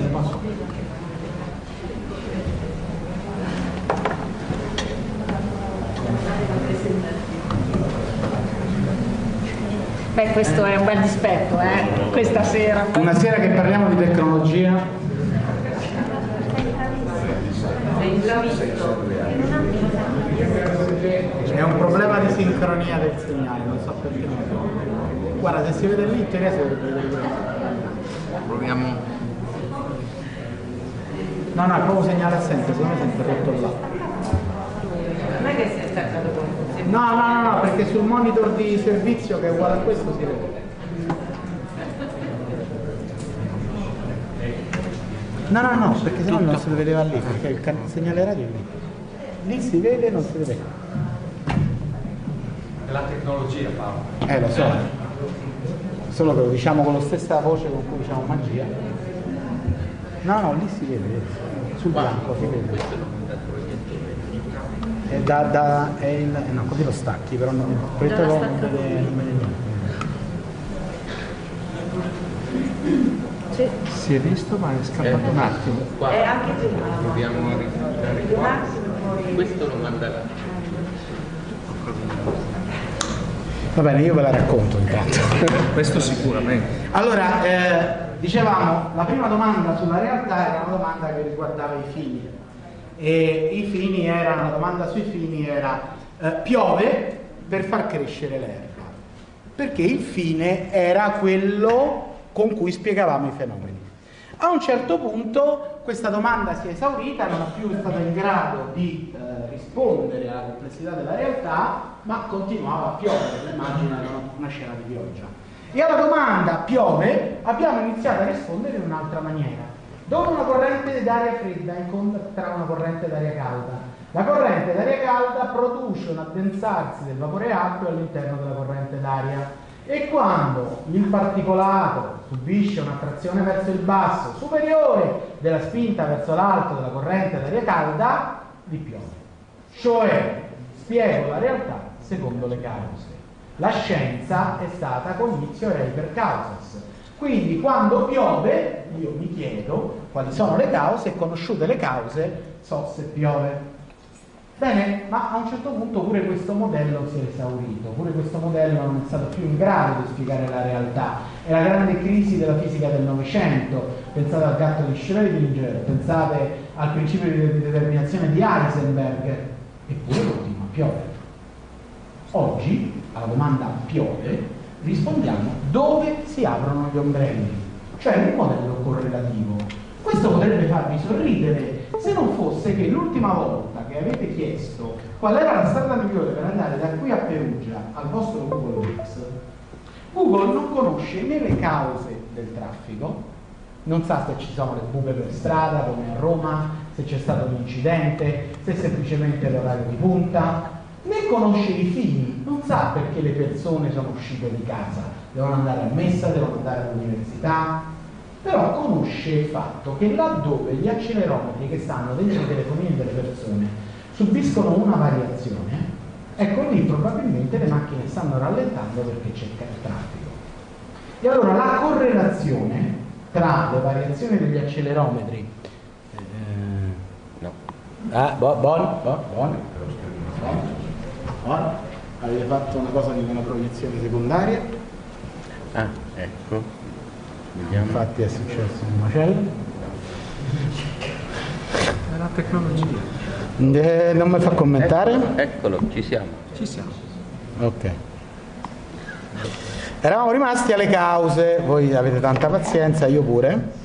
Beh, questo è un bel dispetto, eh? Questa sera. Una sera che parliamo di tecnologia. È un problema di sincronia del segnale, non so perché. Guarda, se si vede lì, in teoria si dovrebbe vedere questo. Proviamo. No, no, è proprio segnale assente, secondo me si è interrotto là. Non è che si è staccato con No, no, no, no, perché sul monitor di servizio che è uguale a questo si vede. No, no, no, perché sennò non si vedeva lì, perché il can- segnale radio è lì. Lì si vede e non si vede. È la tecnologia, Paolo. Eh, lo so. Solo che lo diciamo con la stessa voce con cui diciamo magia. No, no, lì si vede, vedi. Sul bianco si vede. È da, da, è il, eh no, così lo stacchi, però non, per il non vede, non vede niente. Sì. Si è visto ma è scappato un attimo. Qua. È anche girato. Proviamo a riportare Un qua. attimo poi. Questo lo manderà. Va bene, io ve la racconto intanto. Questo sicuramente. Allora, eh, dicevamo, la prima domanda sulla realtà era una domanda che riguardava i fini. E i fini era, la domanda sui fini era eh, piove per far crescere l'erba, perché il fine era quello con cui spiegavamo i fenomeni. A un certo punto questa domanda si è esaurita, non è più stata in grado di eh, rispondere alla complessità della realtà, ma continuava a piovere, immagina una scena di pioggia. E alla domanda piove abbiamo iniziato a rispondere in un'altra maniera. Dove una corrente d'aria fredda incontra una corrente d'aria calda, la corrente d'aria calda produce un addensarsi del vapore acqueo all'interno della corrente d'aria e quando il particolato subisce un'attrazione verso il basso superiore della spinta verso l'alto della corrente d'aria calda, vi piove. Cioè, spiego la realtà secondo le cause. La scienza è stata cognitio rei per causas. Quindi quando piove io mi chiedo quali sono le cause e conosciute le cause so se piove. Bene, ma a un certo punto pure questo modello si è esaurito, pure questo modello non è stato più in grado di spiegare la realtà. È la grande crisi della fisica del Novecento, pensate al gatto di Schrödinger, pensate al principio di determinazione di Heisenberg, eppure continua a piovere. Oggi, alla domanda piove, rispondiamo dove si aprono gli ombrelli, cioè un modello correlativo. Questo potrebbe farvi sorridere se non fosse che l'ultima volta che avete chiesto qual era la strada migliore per andare da qui a Perugia al vostro Google Maps, Google non conosce né le cause del traffico, non sa se ci sono le buche per strada come a Roma, se c'è stato un incidente, se semplicemente l'orario di punta, né conosce i fini, non sa perché le persone sono uscite di casa, devono andare a messa, devono andare all'università. Però conosce il fatto che laddove gli accelerometri che stanno dentro i telefonini delle persone subiscono una variazione, ecco lì probabilmente le macchine stanno rallentando perché c'è il traffico. E allora la correlazione tra le variazioni degli accelerometri eh, no. ah, buono, buono, buono, buono, buono. Avete fatto una cosa di una proiezione secondaria? Ah, ecco. Vediamo. Infatti è successo un macello. È la tecnologia. Eh, non mi fa commentare? Eccolo, ci siamo. Ci siamo. Ok. Eravamo rimasti alle cause, voi avete tanta pazienza, io pure.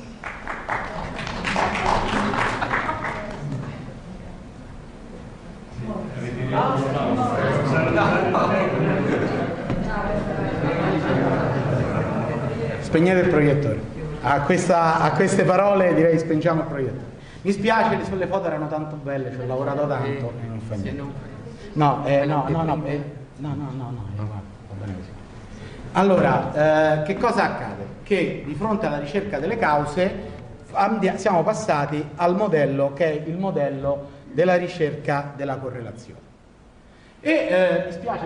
Spegnete il proiettore. A, questa, a queste parole direi spengiamo il proiettore. Mi spiace, le sulle foto erano tanto belle, ci ho lavorato tanto e non fa niente. No, eh, no, no, no, eh, no, no, no, no, eh, va bene così. Allora, eh, che cosa accade? Che di fronte alla ricerca delle cause siamo passati al modello che è il modello della ricerca della correlazione. E eh, mi spiace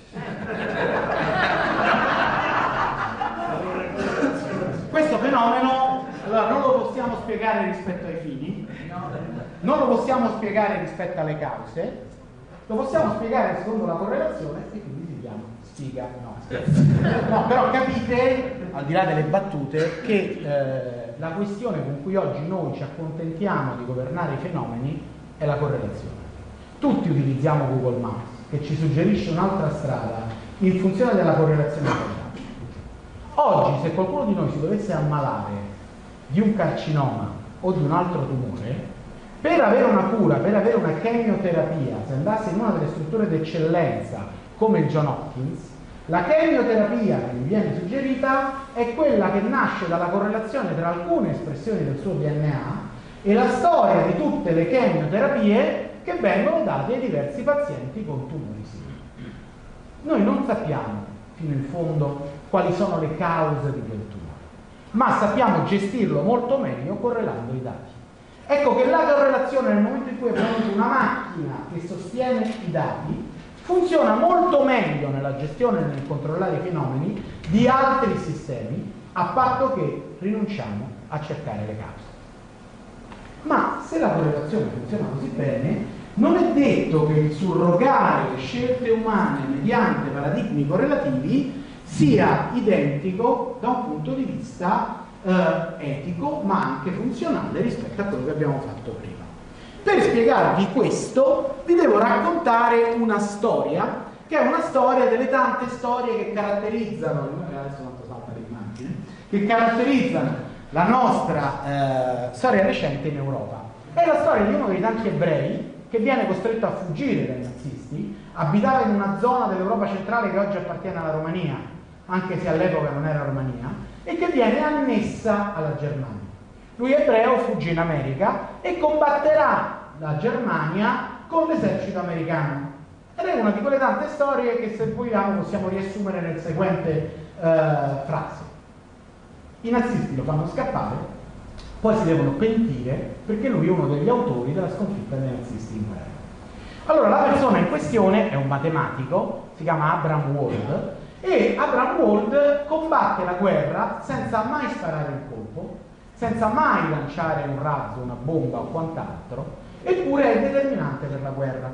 questo fenomeno, allora, non lo possiamo spiegare rispetto ai fini, non lo possiamo spiegare rispetto alle cause, lo possiamo spiegare secondo la correlazione e quindi si chiama sfiga. No, scherzo. No, però capite, al di là delle battute, che eh, la questione con cui oggi noi ci accontentiamo di governare i fenomeni è la correlazione. Tutti utilizziamo Google Maps, che ci suggerisce un'altra strada in funzione della correlazione. Oggi, se qualcuno di noi si dovesse ammalare di un carcinoma o di un altro tumore, per avere una cura, per avere una chemioterapia, se andasse in una delle strutture d'eccellenza come il John Hopkins, la chemioterapia che gli viene suggerita è quella che nasce dalla correlazione tra alcune espressioni del suo D N A e la storia di tutte le chemioterapie che vengono date ai diversi pazienti con tumori simili. Noi non sappiamo fino in fondo quali sono le cause di quel tumore, ma sappiamo gestirlo molto meglio correlando i dati. Ecco che la correlazione, nel momento in cui abbiamo una macchina che sostiene i dati, funziona molto meglio nella gestione e nel controllare i fenomeni di altri sistemi, a patto che rinunciamo a cercare le cause. Ma se la correlazione funziona così bene, non è detto che il surrogare le scelte umane mediante paradigmi correlativi sia identico da un punto di vista eh, etico, ma anche funzionale rispetto a quello che abbiamo fatto prima. Per spiegarvi questo, vi devo raccontare una storia, che è una storia delle tante storie che caratterizzano, adesso quanto salta l'immagine, che caratterizzano la nostra eh, storia recente in Europa. È la storia di uno dei tanti ebrei che viene costretto a fuggire dai nazisti, abitava in una zona dell'Europa centrale che oggi appartiene alla Romania, anche se all'epoca non era Romania, e che viene annessa alla Germania. Lui ebreo fugge in America e combatterà la Germania con l'esercito americano. Ed è una di quelle tante storie che, se vogliamo, possiamo riassumere nel seguente eh, frase. I nazisti lo fanno scappare, poi si devono pentire perché lui è uno degli autori della sconfitta dei nazisti in guerra. Allora, la persona in questione è un matematico, si chiama Abraham Wald, e Abraham Wald combatte la guerra senza mai sparare un colpo, senza mai lanciare un razzo, una bomba o quant'altro, eppure è determinante per la guerra.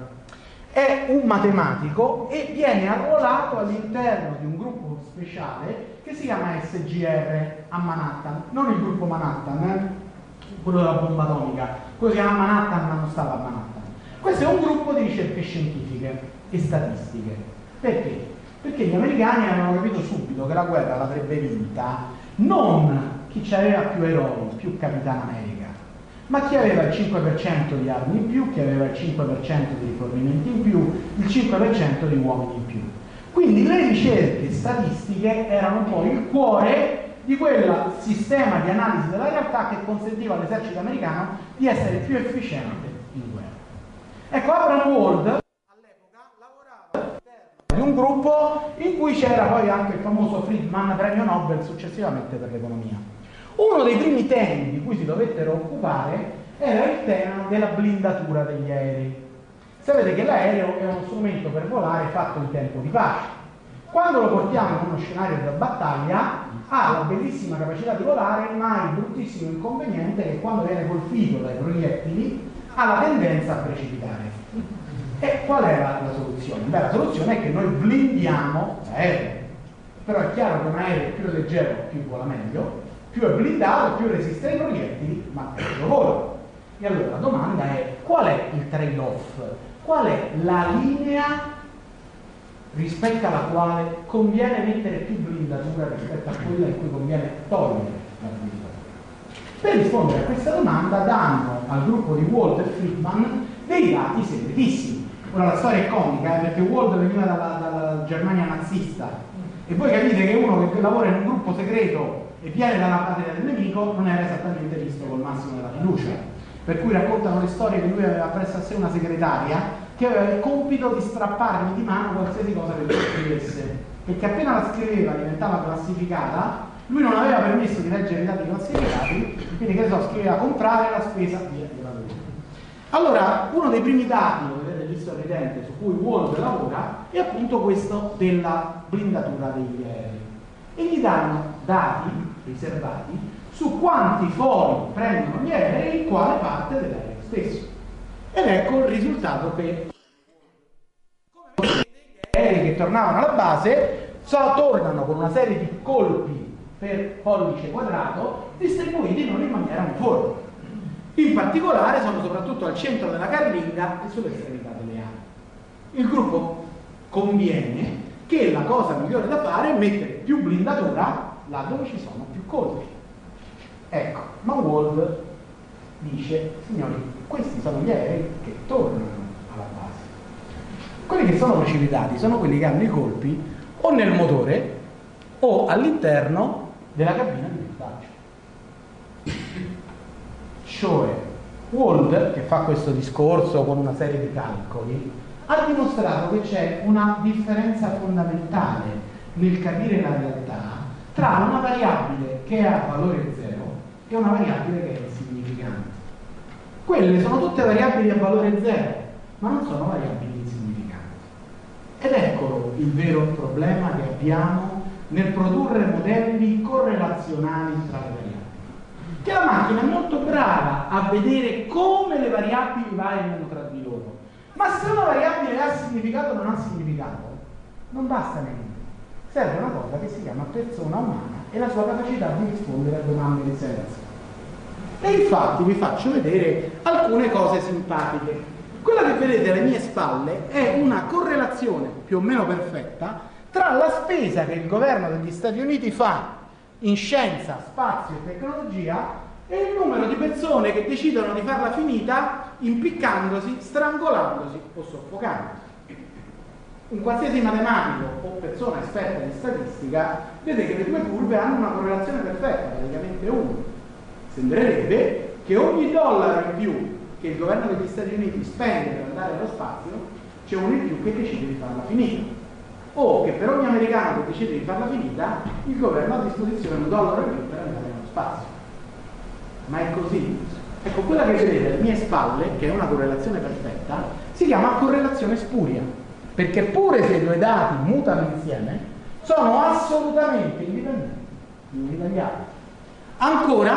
È un matematico e viene arruolato all'interno di un gruppo speciale che si chiama S G R a Manhattan, non il gruppo Manhattan, eh? quello della bomba atomica, quello si chiama Manhattan ma non stava a Manhattan. Questo è un gruppo di ricerche scientifiche e statistiche. Perché? Perché gli americani avevano capito subito che la guerra l'avrebbe vinta non chi ci aveva più eroi, più Capitan America, ma chi aveva il cinque per cento di armi in più, chi aveva il cinque per cento di rifornimenti in più, il cinque per cento di uomini in più. Quindi le ricerche statistiche erano poi il cuore di quel sistema di analisi della realtà che consentiva all'esercito americano di essere più efficiente in guerra. Ecco, Abraham Wald all'epoca lavorava all'interno di un gruppo in cui c'era poi anche il famoso Friedman, premio Nobel successivamente per l'economia. Uno dei primi temi di cui si dovettero occupare era il tema della blindatura degli aerei. Sapete che l'aereo è uno strumento per volare fatto in tempo di pace. Quando lo portiamo in uno scenario da battaglia ha la bellissima capacità di volare, ma il bruttissimo inconveniente è che quando viene colpito dai proiettili ha la tendenza a precipitare. E qual è la, la soluzione? Beh, la soluzione è che noi blindiamo l'aereo. Però è chiaro che un aereo più leggero più vola meglio, più è blindato, più resiste ai proiettili, ma peggio vola. E allora la domanda è: qual è il trade-off? Qual è la linea rispetto alla quale conviene mettere più blindatura rispetto a quella in cui conviene togliere la blindatura? Per rispondere a questa domanda danno al gruppo di Wald e Friedman dei dati segretissimi. Ora la storia è comica, eh, perché Wald veniva dalla, dalla Germania nazista e voi capite che uno che lavora in un gruppo segreto e viene dalla patria del nemico non era esattamente visto col massimo della fiducia. Per cui raccontano le storie che lui aveva presso a sé una segretaria che aveva il compito di strappargli di mano qualsiasi cosa che lui scrivesse, perché appena la scriveva diventava classificata, lui non aveva permesso di leggere i dati classificati, quindi che ne so, scriveva comprare la spesa via di lavoro. Allora, uno dei primi dati, lo vedete lì sorridente, su cui Wald lavora, è appunto questo della blindatura degli aerei. E gli danno dati riservati su quanti fori prendono gli aerei e in quale parte dell'aereo stesso. Ed ecco il risultato che, come vedete, gli aerei che tornavano alla base so, tornano con una serie di colpi per pollice quadrato distribuiti non in maniera uniforme. In particolare sono soprattutto al centro della carlinga e sulle estremità delle ali. Il gruppo conviene che la cosa migliore da fare è mettere più blindatura là dove ci sono più colpi. Ecco, ma Wald dice: signori, questi sono gli aerei che tornano alla base. Quelli che sono precipitati sono quelli che hanno i colpi o nel motore o all'interno della cabina di pilotaggio. Cioè, Wald, che fa questo discorso con una serie di calcoli, ha dimostrato che c'è una differenza fondamentale nel capire la realtà tra una variabile che ha valore zero e una variabile che è insignificante. Quelle sono tutte variabili a valore zero, ma non sono variabili insignificanti. Ed eccolo il vero problema che abbiamo nel produrre modelli correlazionali tra le variabili. Che la macchina è molto brava a vedere come le variabili variano tra di loro, ma se una variabile ha significato o non ha significato, non basta niente. Serve una cosa che si chiama persona umana e la sua capacità di rispondere a domande di senso. E infatti vi faccio vedere alcune cose simpatiche. Quella che vedete alle mie spalle è una correlazione più o meno perfetta tra la spesa che il governo degli Stati Uniti fa in scienza, spazio e tecnologia e il numero di persone che decidono di farla finita impiccandosi, strangolandosi o soffocandosi. Un qualsiasi matematico o persona esperta di statistica vede che le due curve hanno una correlazione perfetta, praticamente uno. Sembrerebbe che ogni dollaro in più che il governo degli Stati Uniti spende per andare allo spazio, c'è uno in più che decide di farla finita. O che per ogni americano che decide di farla finita, il governo ha a disposizione un dollaro in più per andare allo spazio. Ma è così. Ecco, quella che vedete alle mie spalle, che è una correlazione perfetta, si chiama correlazione spuria, perché pure se i due dati mutano insieme, sono assolutamente indipendenti gli uni dagli altri. Ancora,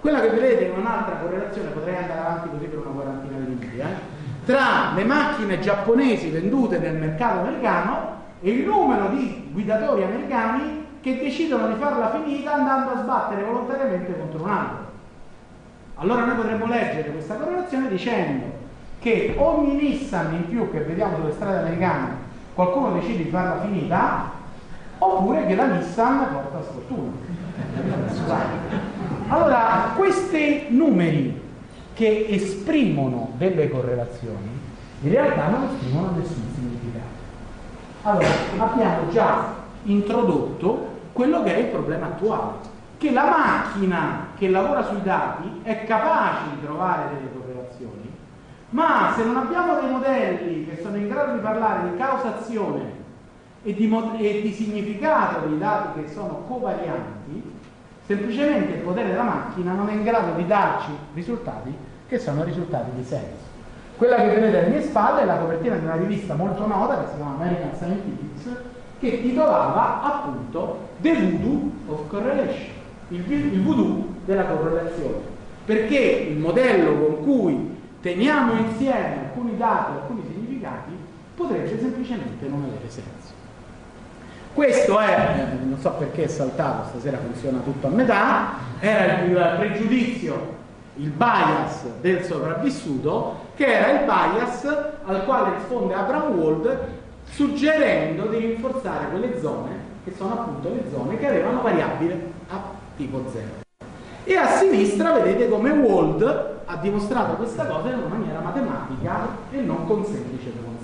Quella che vedete è un'altra correlazione, potrei andare avanti così per una quarantina di minuti, eh? tra le macchine giapponesi vendute nel mercato americano e il numero di guidatori americani che decidono di farla finita andando a sbattere volontariamente contro un altro. Allora noi potremmo leggere questa correlazione dicendo che ogni Nissan in più che vediamo sulle strade americane qualcuno decide di farla finita, oppure che la Nissan porta sfortuna. Scusate. Allora, questi numeri che esprimono delle correlazioni in realtà non esprimono nessun significato. Allora, abbiamo già introdotto quello che è il problema attuale, che la macchina che lavora sui dati è capace di trovare delle correlazioni, ma se non abbiamo dei modelli che sono in grado di parlare di causazione e di, e di significato dei dati che sono covarianti, semplicemente il potere della macchina non è in grado di darci risultati che sono risultati di senso. Quella che vedete alle mie spalle è la copertina di una rivista molto nota che si chiama American Scientific, che titolava appunto The Voodoo of Correlation, il, il voodoo della correlazione, perché il modello con cui teniamo insieme alcuni dati e alcuni significati potrebbe semplicemente non avere senso. Questo è, eh, non so perché è saltato, stasera funziona tutto a metà, era il, il pregiudizio, il bias del sopravvissuto, che era il bias al quale risponde Abraham Wald suggerendo di rinforzare quelle zone che sono appunto le zone che avevano variabile a tipo zero. E a sinistra vedete come Wald ha dimostrato questa cosa in una maniera matematica e non con semplice buon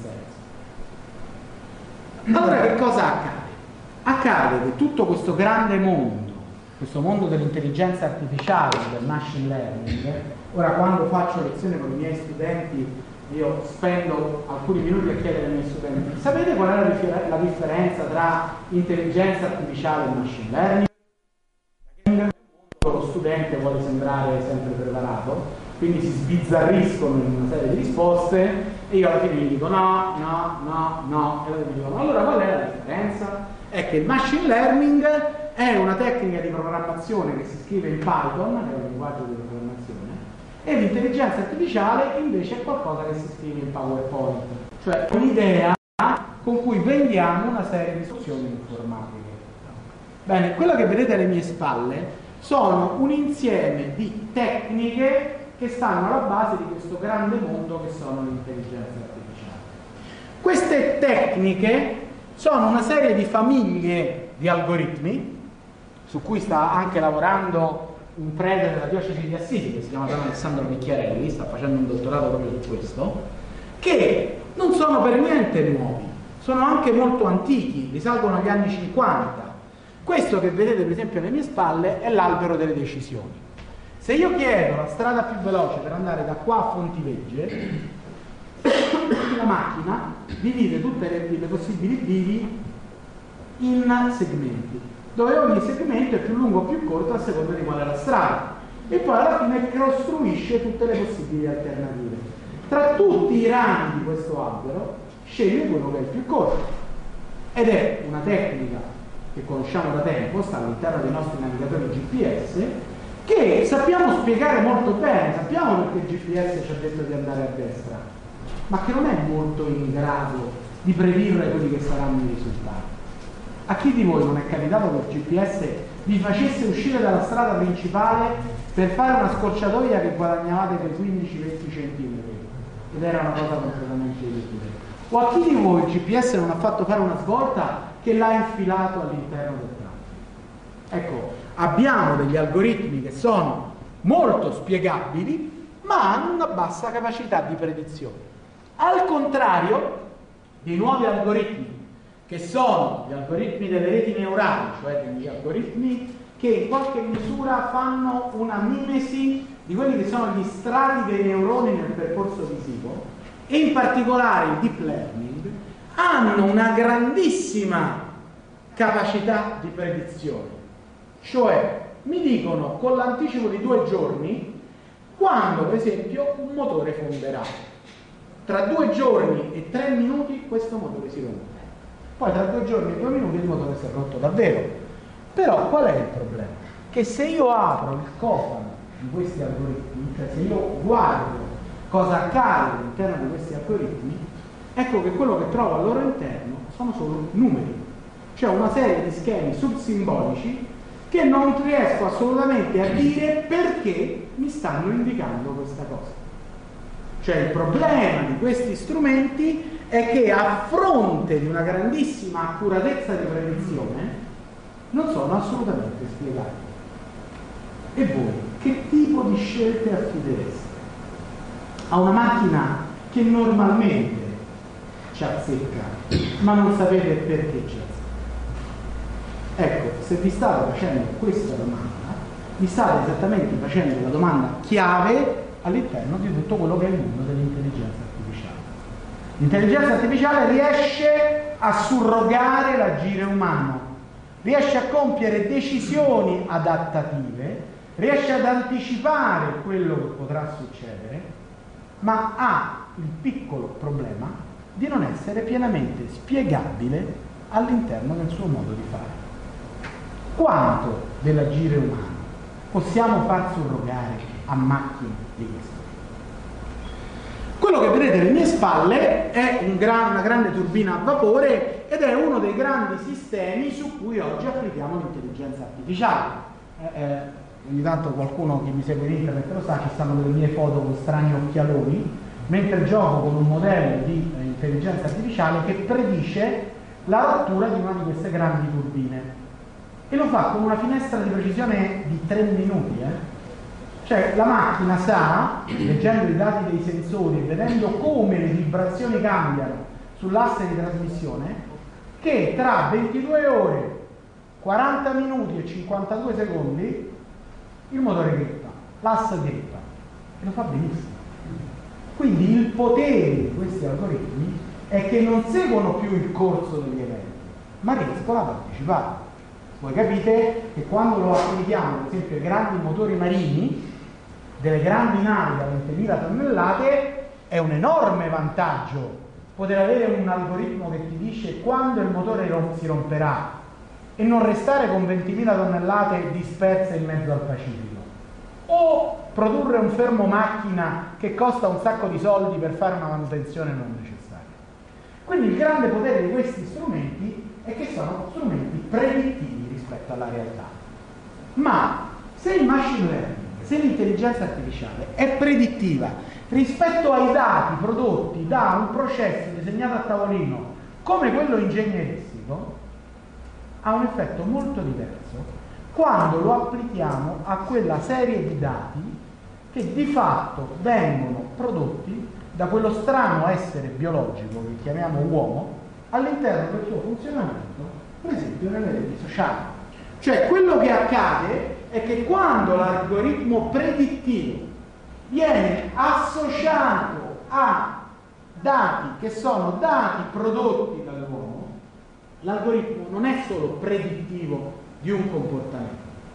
senso. Allora che cosa accade? Accade che tutto questo grande mondo, questo mondo dell'intelligenza artificiale, del machine learning, ora quando faccio lezione con i miei studenti io spendo alcuni minuti a chiedere ai miei studenti: sapete qual è la, differ- la differenza tra intelligenza artificiale e machine learning? Lo studente vuole sembrare sempre preparato, quindi si sbizzarriscono in una serie di risposte e io alla fine gli dico no, no, no, no, e loro mi dicono allora qual è la differenza? È che il machine learning è una tecnica di programmazione che si scrive in Python, che è un linguaggio di programmazione, e l'intelligenza artificiale invece è qualcosa che si scrive in PowerPoint, cioè un'idea con cui vendiamo una serie di soluzioni informatiche. Bene, quello che vedete alle mie spalle sono un insieme di tecniche che stanno alla base di questo grande mondo che sono l'intelligenza artificiale. Queste tecniche sono una serie di famiglie di algoritmi su cui sta anche lavorando un prete della diocesi di Assisi che si chiama Don Alessandro Bicchiarelli, sta facendo un dottorato proprio su questo, che non sono per niente nuovi, sono anche molto antichi, risalgono agli anni cinquanta. Questo che vedete per esempio alle mie spalle è l'albero delle decisioni. Se io chiedo la strada più veloce per andare da qua a Fontivegge, la macchina divide tutte le, le possibili bivi in segmenti, dove ogni segmento è più lungo o più corto a seconda di qual è la strada, e poi alla fine costruisce tutte le possibili alternative. Tra tutti i rami di questo albero sceglie quello che è il più corto, ed è una tecnica che conosciamo da tempo, sta all'interno dei nostri navigatori G P S, che sappiamo spiegare molto bene, sappiamo perché il G P S ci ha detto di andare a destra, ma che non è molto in grado di predire quelli che saranno i risultati. A chi di voi non è capitato che il G P S vi facesse uscire dalla strada principale per fare una scorciatoia che guadagnavate quei quindici venti centimetri ed era una cosa completamente inutile? O a chi di voi il G P S non ha fatto fare una svolta che l'ha infilato all'interno del traffico? Ecco, abbiamo degli algoritmi che sono molto spiegabili ma hanno una bassa capacità di predizione, al contrario dei nuovi algoritmi che sono gli algoritmi delle reti neurali, cioè degli algoritmi che in qualche misura fanno una mimesi di quelli che sono gli strati dei neuroni nel percorso visivo, e in particolare il deep learning, hanno una grandissima capacità di predizione. Cioè, mi dicono con l'anticipo di due giorni quando, per esempio, un motore fonderà. Tra due giorni e tre minuti questo motore si rompe. Poi tra due giorni e due minuti il motore si è rotto davvero. Però qual è il problema? Che se io apro il cofano di questi algoritmi, cioè se io guardo cosa accade all'interno di questi algoritmi, ecco che quello che trovo al loro interno sono solo numeri, cioè una serie di schemi subsimbolici che non riesco assolutamente a dire perché mi stanno indicando questa cosa. Cioè il problema di questi strumenti è che a fronte di una grandissima accuratezza di predizione non sono assolutamente spiegati. E voi che tipo di scelte affidereste a una macchina che normalmente ci azzecca, ma non sapete perché ci azzecca? Ecco, se vi state facendo questa domanda, vi state esattamente facendo la domanda chiave all'interno di tutto quello che è il mondo dell'intelligenza artificiale. L'intelligenza artificiale riesce a surrogare l'agire umano, riesce a compiere decisioni adattative, riesce ad anticipare quello che potrà succedere, ma ha il piccolo problema di non essere pienamente spiegabile all'interno del suo modo di fare. Quanto dell'agire umano possiamo far surrogare a macchine di questo? Quello che vedete alle mie spalle è un gran, una grande turbina a vapore ed è uno dei grandi sistemi su cui oggi applichiamo l'intelligenza artificiale. Eh, eh, ogni tanto qualcuno che mi segue in internet lo sa, ci stanno delle mie foto con strani occhialoni, mentre gioco con un modello di eh, intelligenza artificiale che predice la rottura di una di queste grandi turbine. E lo fa con una finestra di precisione di tre minuti. Eh? Cioè la macchina sa, leggendo i dati dei sensori e vedendo come le vibrazioni cambiano sull'asse di trasmissione, che tra ventidue ore, quaranta minuti e cinquantadue secondi il motore grippa, l'asse grippa, e lo fa benissimo. Quindi il potere di questi algoritmi è che non seguono più il corso degli eventi, ma riescono a partecipare. Voi capite che quando lo applichiamo, per esempio, ai grandi motori marini, delle grandi navi da ventimila tonnellate, è un enorme vantaggio poter avere un algoritmo che ti dice quando il motore si romperà e non restare con ventimila tonnellate disperse in mezzo al Pacifico, o produrre un fermo macchina che costa un sacco di soldi per fare una manutenzione non necessaria. Quindi il grande potere di questi strumenti è che sono strumenti predittivi rispetto alla realtà. Ma se il machine learning, se l'intelligenza artificiale è predittiva rispetto ai dati prodotti da un processo disegnato a tavolino come quello ingegneristico, ha un effetto molto diverso quando lo applichiamo a quella serie di dati che di fatto vengono prodotti da quello strano essere biologico che chiamiamo uomo all'interno del suo funzionamento, per esempio nelle reti sociali. Cioè quello che accade è che quando l'algoritmo predittivo viene associato a dati che sono dati prodotti dall'uomo, l'algoritmo non è solo predittivo di un comportamento,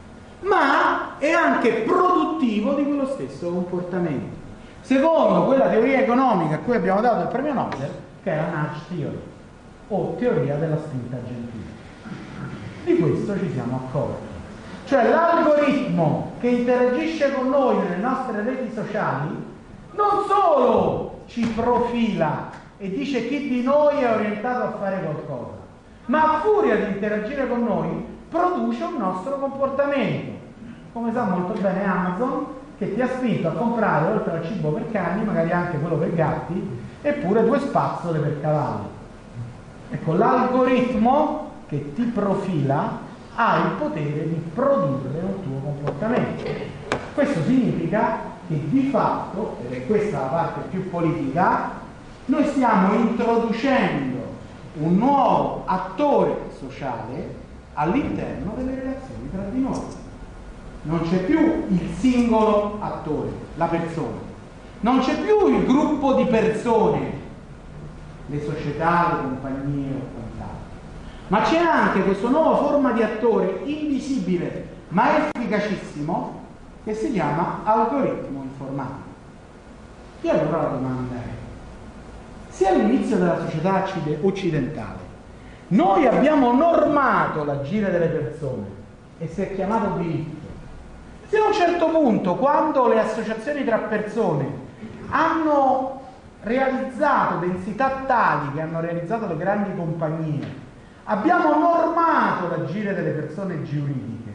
ma è anche produttivo di quello stesso comportamento, secondo quella teoria economica a cui abbiamo dato il premio Nobel, che è la nudge theory, o teoria della spinta gentile. Di questo ci siamo accorti. Cioè l'algoritmo che interagisce con noi nelle nostre reti sociali non solo ci profila e dice chi di noi è orientato a fare qualcosa, ma a furia di interagire con noi produce un nostro comportamento. Come sa molto bene Amazon, che ti ha spinto a comprare oltre al cibo per cani magari anche quello per gatti e pure due spazzole per cavalli. Ecco, l'algoritmo che ti profila ha il potere di produrre un tuo comportamento. Questo significa che di fatto, ed è questa la parte più politica, noi stiamo introducendo un nuovo attore sociale all'interno delle relazioni tra di noi. Non c'è più il singolo attore, la persona. Non c'è più il gruppo di persone, le società, le compagnie o quant'altro. Ma c'è anche questa nuova forma di attore invisibile ma efficacissimo che si chiama algoritmo informatico. E allora la domanda è: se all'inizio della società occidentale noi abbiamo normato l'agire delle persone e si è chiamato diritto, Se a un certo punto, quando le associazioni tra persone hanno realizzato densità tali che hanno realizzato le grandi compagnie, abbiamo normato l'agire delle persone giuridiche,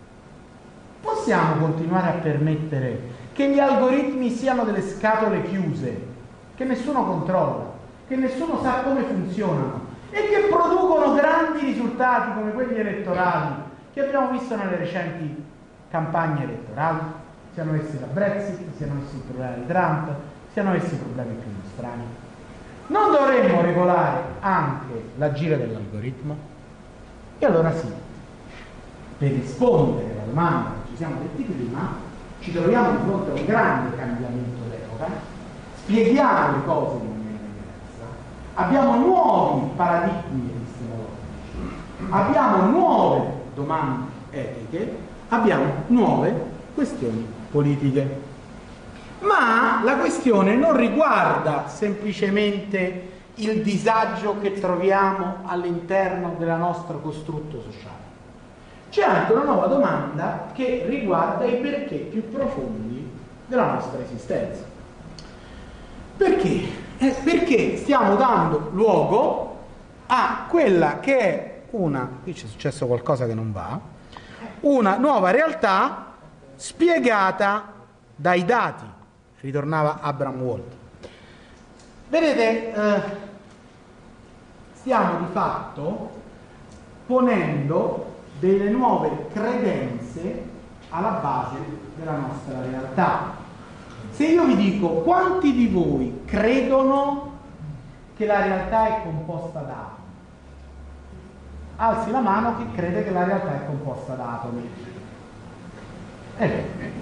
possiamo continuare a permettere che gli algoritmi siano delle scatole chiuse, che nessuno controlla, che nessuno sa come funzionano e che producono grandi risultati come quelli elettorali che abbiamo visto nelle recenti campagne elettorali, siano essi la Brexit, siano essi il problema di Trump, siano essi i problemi più strani? Non dovremmo regolare anche l'agire dell'algoritmo? E allora sì, per rispondere alla domanda che ci siamo detti prima, ci troviamo di fronte a un grande cambiamento d'epoca, spieghiamo le cose in maniera diversa, abbiamo nuovi paradigmi epistemologici, abbiamo nuove domande etiche, abbiamo nuove questioni politiche. Ma la questione non riguarda semplicemente il disagio che troviamo all'interno del nostro costrutto sociale. C'è anche una nuova domanda che riguarda i perché più profondi della nostra esistenza. Perché? Eh, perché stiamo dando luogo a quella che è una, qui c'è successo qualcosa che non va, una nuova realtà spiegata dai dati. Ritornava Abraham Wald. Vedete, eh, stiamo di fatto ponendo delle nuove credenze alla base della nostra realtà. Se io vi dico quanti di voi credono che la realtà è composta da atomi, alzi la mano chi crede che la realtà è composta da atomi. Eh,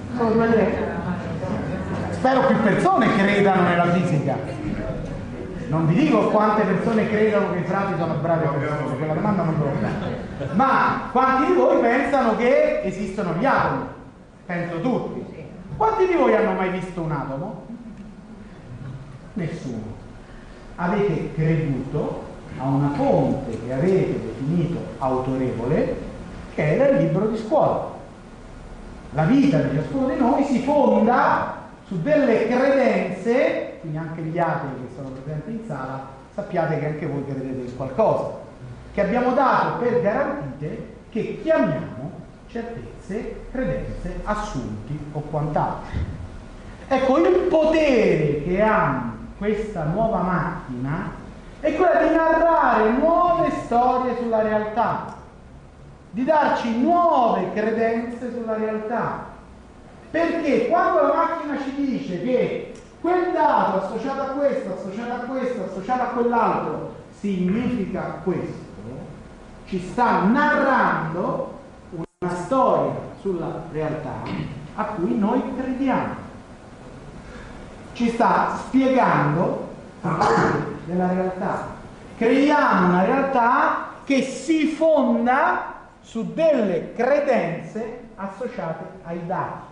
spero più persone credano nella fisica. Non vi dico quante persone credono che i frati sono brave persone, quella domanda non ve l'ho fatta. Ma quanti di voi pensano che esistono gli atomi? Penso tutti. Quanti di voi hanno mai visto un atomo? Nessuno. Avete creduto a una fonte che avete definito autorevole, che era il libro di scuola. La vita di ciascuno di noi si fonda su delle credenze, quindi anche gli atei che sono presenti in sala, sappiate che anche voi credete in qualcosa, che abbiamo dato per garantite, che chiamiamo certezze, credenze, assunti o quant'altro. Ecco, il potere che ha questa nuova macchina è quella di narrare nuove storie sulla realtà, di darci nuove credenze sulla realtà. Perché quando la macchina ci dice che quel dato associato a questo, associato a questo, associato a quell'altro significa questo, ci sta narrando una storia sulla realtà a cui noi crediamo. Ci sta spiegando della realtà. Creiamo una realtà che si fonda su delle credenze associate ai dati.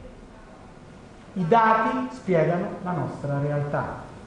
I dati spiegano la nostra realtà.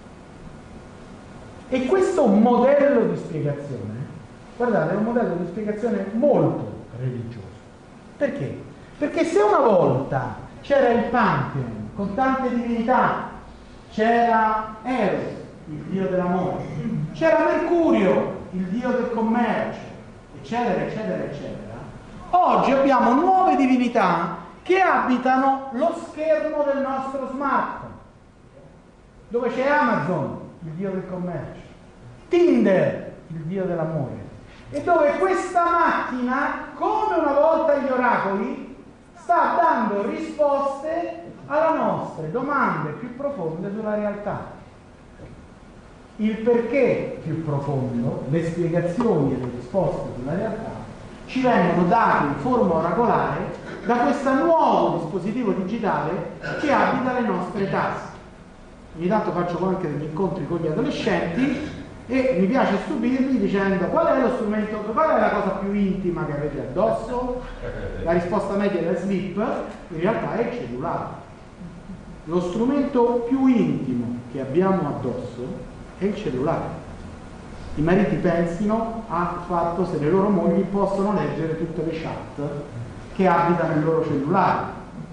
E questo modello di spiegazione, guardate, è un modello di spiegazione molto religioso. Perché? Perché se una volta c'era il Pantheon con tante divinità, c'era Eros, il dio dell'amore, c'era Mercurio, il dio del commercio, eccetera, eccetera, eccetera, oggi abbiamo nuove divinità che abitano lo schermo del nostro smartphone, dove c'è Amazon, il dio del commercio, Tinder, il dio dell'amore, e dove questa macchina, come una volta gli oracoli, sta dando risposte alle nostre domande più profonde sulla realtà. Il perché più profondo, le spiegazioni e le risposte sulla realtà ci vengono date in forma oracolare da questo nuovo dispositivo digitale che abita le nostre tasche. Ogni tanto faccio anche degli incontri con gli adolescenti e mi piace stupirli dicendo: qual è lo strumento, qual è la cosa più intima che avete addosso? La risposta media del slip in realtà è il cellulare. Lo strumento più intimo che abbiamo addosso è il cellulare. I mariti pensino al fatto se le loro mogli possono leggere tutte le chat che abitano il loro cellulare.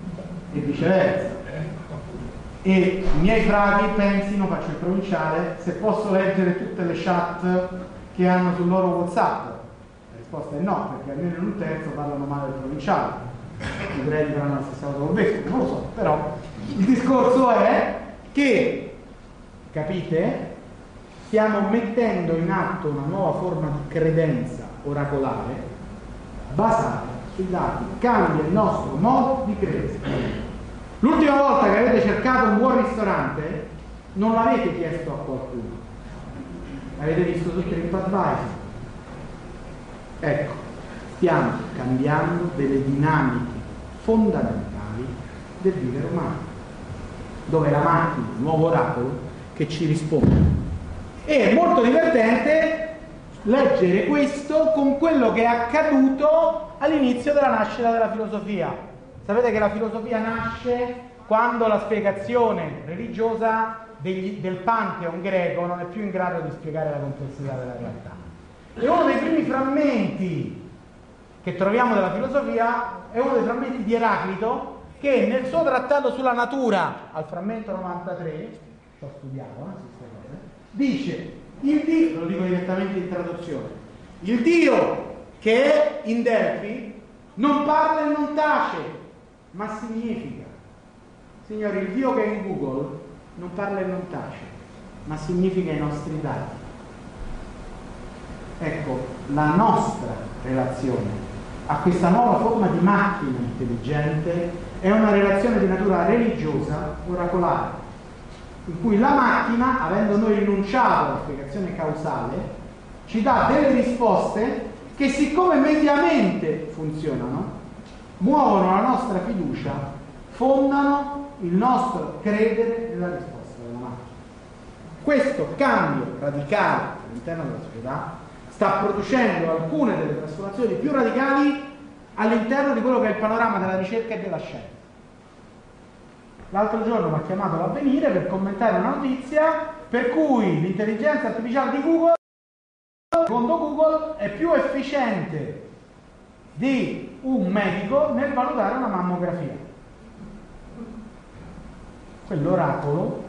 e viceversa. E i miei frati pensino, faccio il provinciale, se posso leggere tutte le chat che hanno sul loro WhatsApp. La risposta è no, perché almeno in un terzo parlano male del provinciale. I preti faranno la stessa cosa col vescovo, non lo so, però il discorso è che, capite, stiamo mettendo in atto una nuova forma di credenza oracolare basata sui dati. Cambia il nostro modo di credere. L'ultima volta che avete cercato un buon ristorante non l'avete chiesto a qualcuno, avete visto tutti i TripAdvisor. Ecco, stiamo cambiando delle dinamiche fondamentali del vivere umano, dove la macchina è un nuovo oracolo che ci risponde. E è molto divertente leggere questo con quello che è accaduto all'inizio della nascita della filosofia. Sapete che la filosofia nasce quando la spiegazione religiosa degli, del Pantheon greco non è più in grado di spiegare la complessità della realtà. E uno dei primi frammenti che troviamo della filosofia è uno dei frammenti di Eraclito, che nel suo trattato sulla natura, al frammento novantatré, ci ho studiato, eh, queste cose, dice, il Dio, lo dico direttamente in traduzione, il Dio che è in Delfi non parla e non tace, ma significa. Signori, il Dio che è in Google non parla e non tace, ma significa i nostri dati. Ecco, la nostra relazione a questa nuova forma di macchina intelligente è una relazione di natura religiosa, oracolare, in cui la macchina, avendo noi rinunciato alla spiegazione causale, ci dà delle risposte che, siccome mediamente funzionano, muovono la nostra fiducia, fondano il nostro credere nella risposta della macchina. Questo cambio radicale all'interno della società sta producendo alcune delle trasformazioni più radicali all'interno di quello che è il panorama della ricerca e della scienza. L'altro giorno mi ha chiamato l'Avvenire per commentare una notizia per cui l'intelligenza artificiale di Google, secondo Google, è più efficiente di un medico nel valutare una mammografia. Quell'oracolo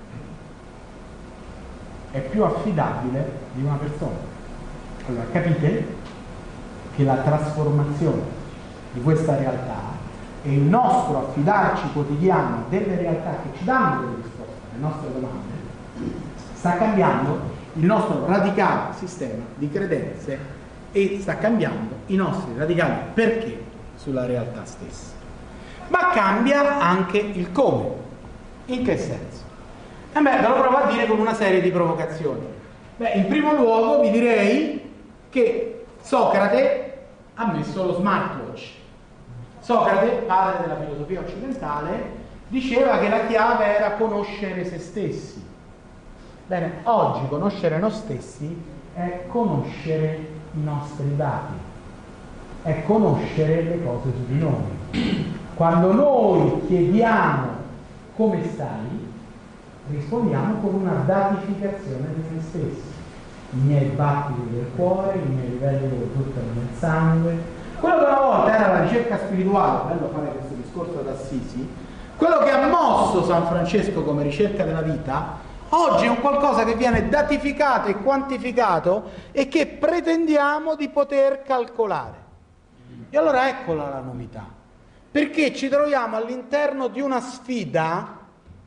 è più affidabile di una persona. Allora capite che la trasformazione di questa realtà e il nostro affidarci quotidiano delle realtà che ci danno delle risposte alle nostre domande sta cambiando il nostro radicale sistema di credenze e sta cambiando i nostri radicali perché sulla realtà stessa. Ma cambia anche il come. In che senso? E beh, ve lo provo a dire con una serie di provocazioni. Beh, in primo luogo vi direi che Socrate ha messo lo smartwatch. Socrate, padre della filosofia occidentale, diceva che la chiave era conoscere se stessi. Bene, oggi conoscere noi stessi è conoscere i nostri dati, è conoscere le cose su di noi. Quando noi chiediamo come stai, rispondiamo con una datificazione di noi stessi. I miei battiti del cuore, i miei livelli di zucchero nel sangue. Quello che una volta era la ricerca spirituale, bello fare questo discorso ad Assisi, quello che ha mosso San Francesco come ricerca della vita, oggi è un qualcosa che viene datificato e quantificato e che pretendiamo di poter calcolare. E allora eccola la novità, perché ci troviamo all'interno di una sfida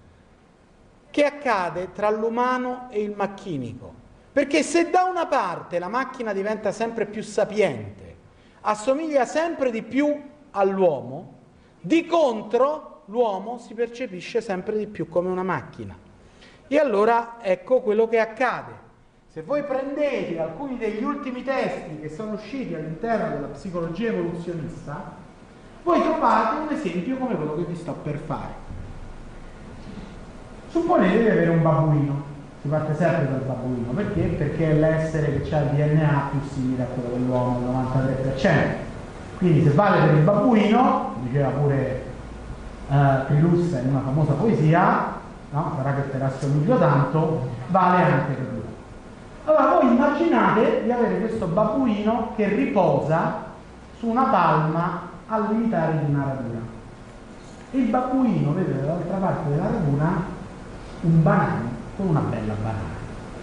che accade tra l'umano e il macchinico. Perché se da una parte la macchina diventa sempre più sapiente, assomiglia sempre di più all'uomo, di contro l'uomo si percepisce sempre di più come una macchina. E allora ecco quello che accade. Se voi prendete alcuni degli ultimi testi che sono usciti all'interno della psicologia evoluzionista, voi trovate un esempio come quello che vi sto per fare. Supponete di avere un babbuino. Si parte sempre dal babbuino, perché? Perché è l'essere che ha il D N A più simile a quello dell'uomo, il novantatré per cento. Quindi se vale per il babbuino, diceva pure uh, Trilussa in una famosa poesia, no? Sarà che te rassomiglio tanto, vale anche per lui. Allora voi immaginate di avere questo babbuino che riposa su una palma al limitare di una radura. e il babbuino vede dall'altra parte della raduna un banano con una bella banana.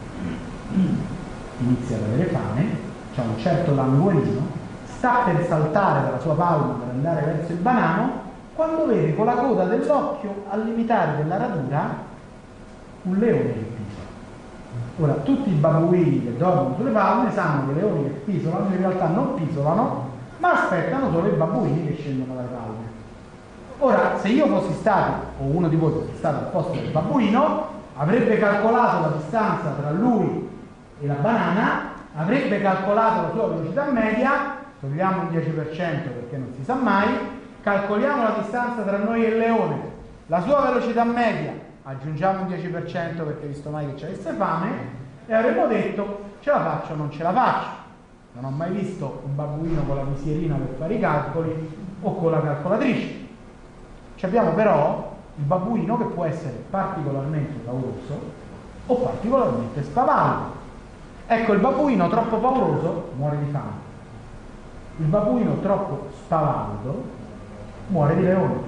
Inizia ad avere fame, c'è un certo languorino, sta per saltare dalla sua palma per andare verso il banano, quando vede con la coda dell'occhio al limitare della radura un leone che pisola. Ora, tutti i babbuini che dormono sulle palme sanno che i leoni che pisolano in realtà non pisolano, ma aspettano solo i babbuini che scendono dalle palme. Ora, se io fossi stato, o uno di voi fosse stato al posto del babbuino, avrebbe calcolato la distanza tra lui e la banana, avrebbe calcolato la sua velocità media, togliamo il dieci per cento perché non si sa mai, calcoliamo la distanza tra noi e il leone, la sua velocità media, aggiungiamo un dieci per cento perché visto mai che ci avesse fame, e avremmo detto ce la faccio o non ce la faccio. Non ho mai visto un babbuino con la visierina per fare i calcoli o con la calcolatrice. Ci abbiamo però il babbuino che può essere particolarmente pauroso o particolarmente spavaldo. Ecco, il babbuino troppo pauroso muore di fame. Il babbuino troppo spavaldo muore di leone.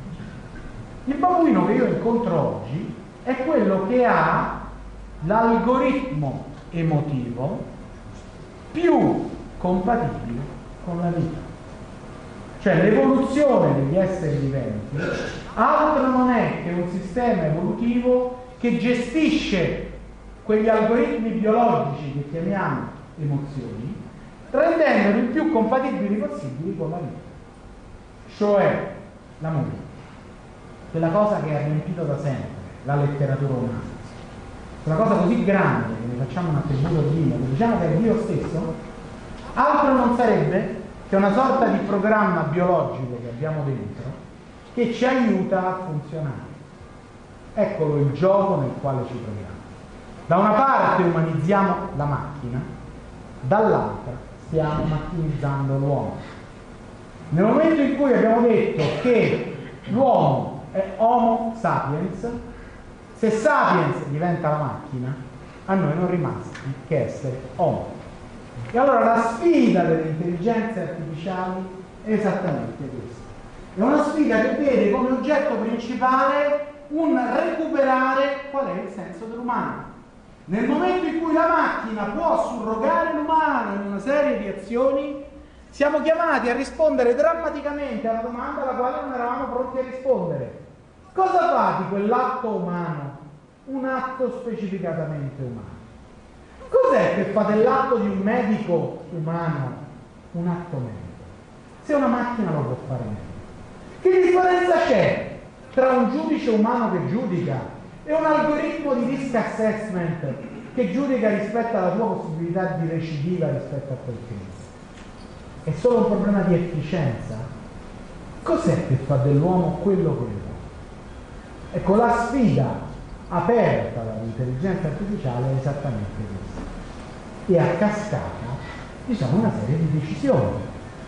Il babbuino che io incontro oggi è quello che ha l'algoritmo emotivo più compatibile con la vita. Cioè l'evoluzione degli esseri viventi altro non è che un sistema evolutivo che gestisce quegli algoritmi biologici che chiamiamo emozioni, rendendoli il più compatibili possibili con la vita. Cioè l'amore, quella cosa che ha riempito da sempre la letteratura umana, una cosa così grande che ne facciamo un attributo divino, che diciamo che è Dio stesso, altro non sarebbe che una sorta di programma biologico che abbiamo dentro che ci aiuta a funzionare. Eccolo il gioco nel quale ci troviamo. Da una parte umanizziamo la macchina, dall'altra stiamo macchinizzando l'uomo. Nel momento in cui abbiamo detto che l'uomo è Homo sapiens, se sapiens diventa la macchina, a noi non rimasti che essere Homo. E allora la sfida delle intelligenze artificiali è esattamente questa. È una sfida che vede come oggetto principale un recuperare qual è il senso dell'umano. Nel momento in cui la macchina può surrogare l'umano in una serie di azioni, siamo chiamati a rispondere drammaticamente a una domanda alla quale non eravamo pronti a rispondere. Cosa fa di quell'atto umano un atto specificatamente umano? Cos'è che fa dell'atto di un medico umano un atto medico? Se una macchina lo può fare meglio. Che differenza c'è tra un giudice umano che giudica e un algoritmo di risk assessment che giudica rispetto alla sua possibilità di recidiva rispetto a quel case? È solo un problema di efficienza? Cos'è che fa dell'uomo quello che è? Ecco, la sfida aperta dall'intelligenza artificiale è esattamente questa. E a cascata ci sono una serie di decisioni.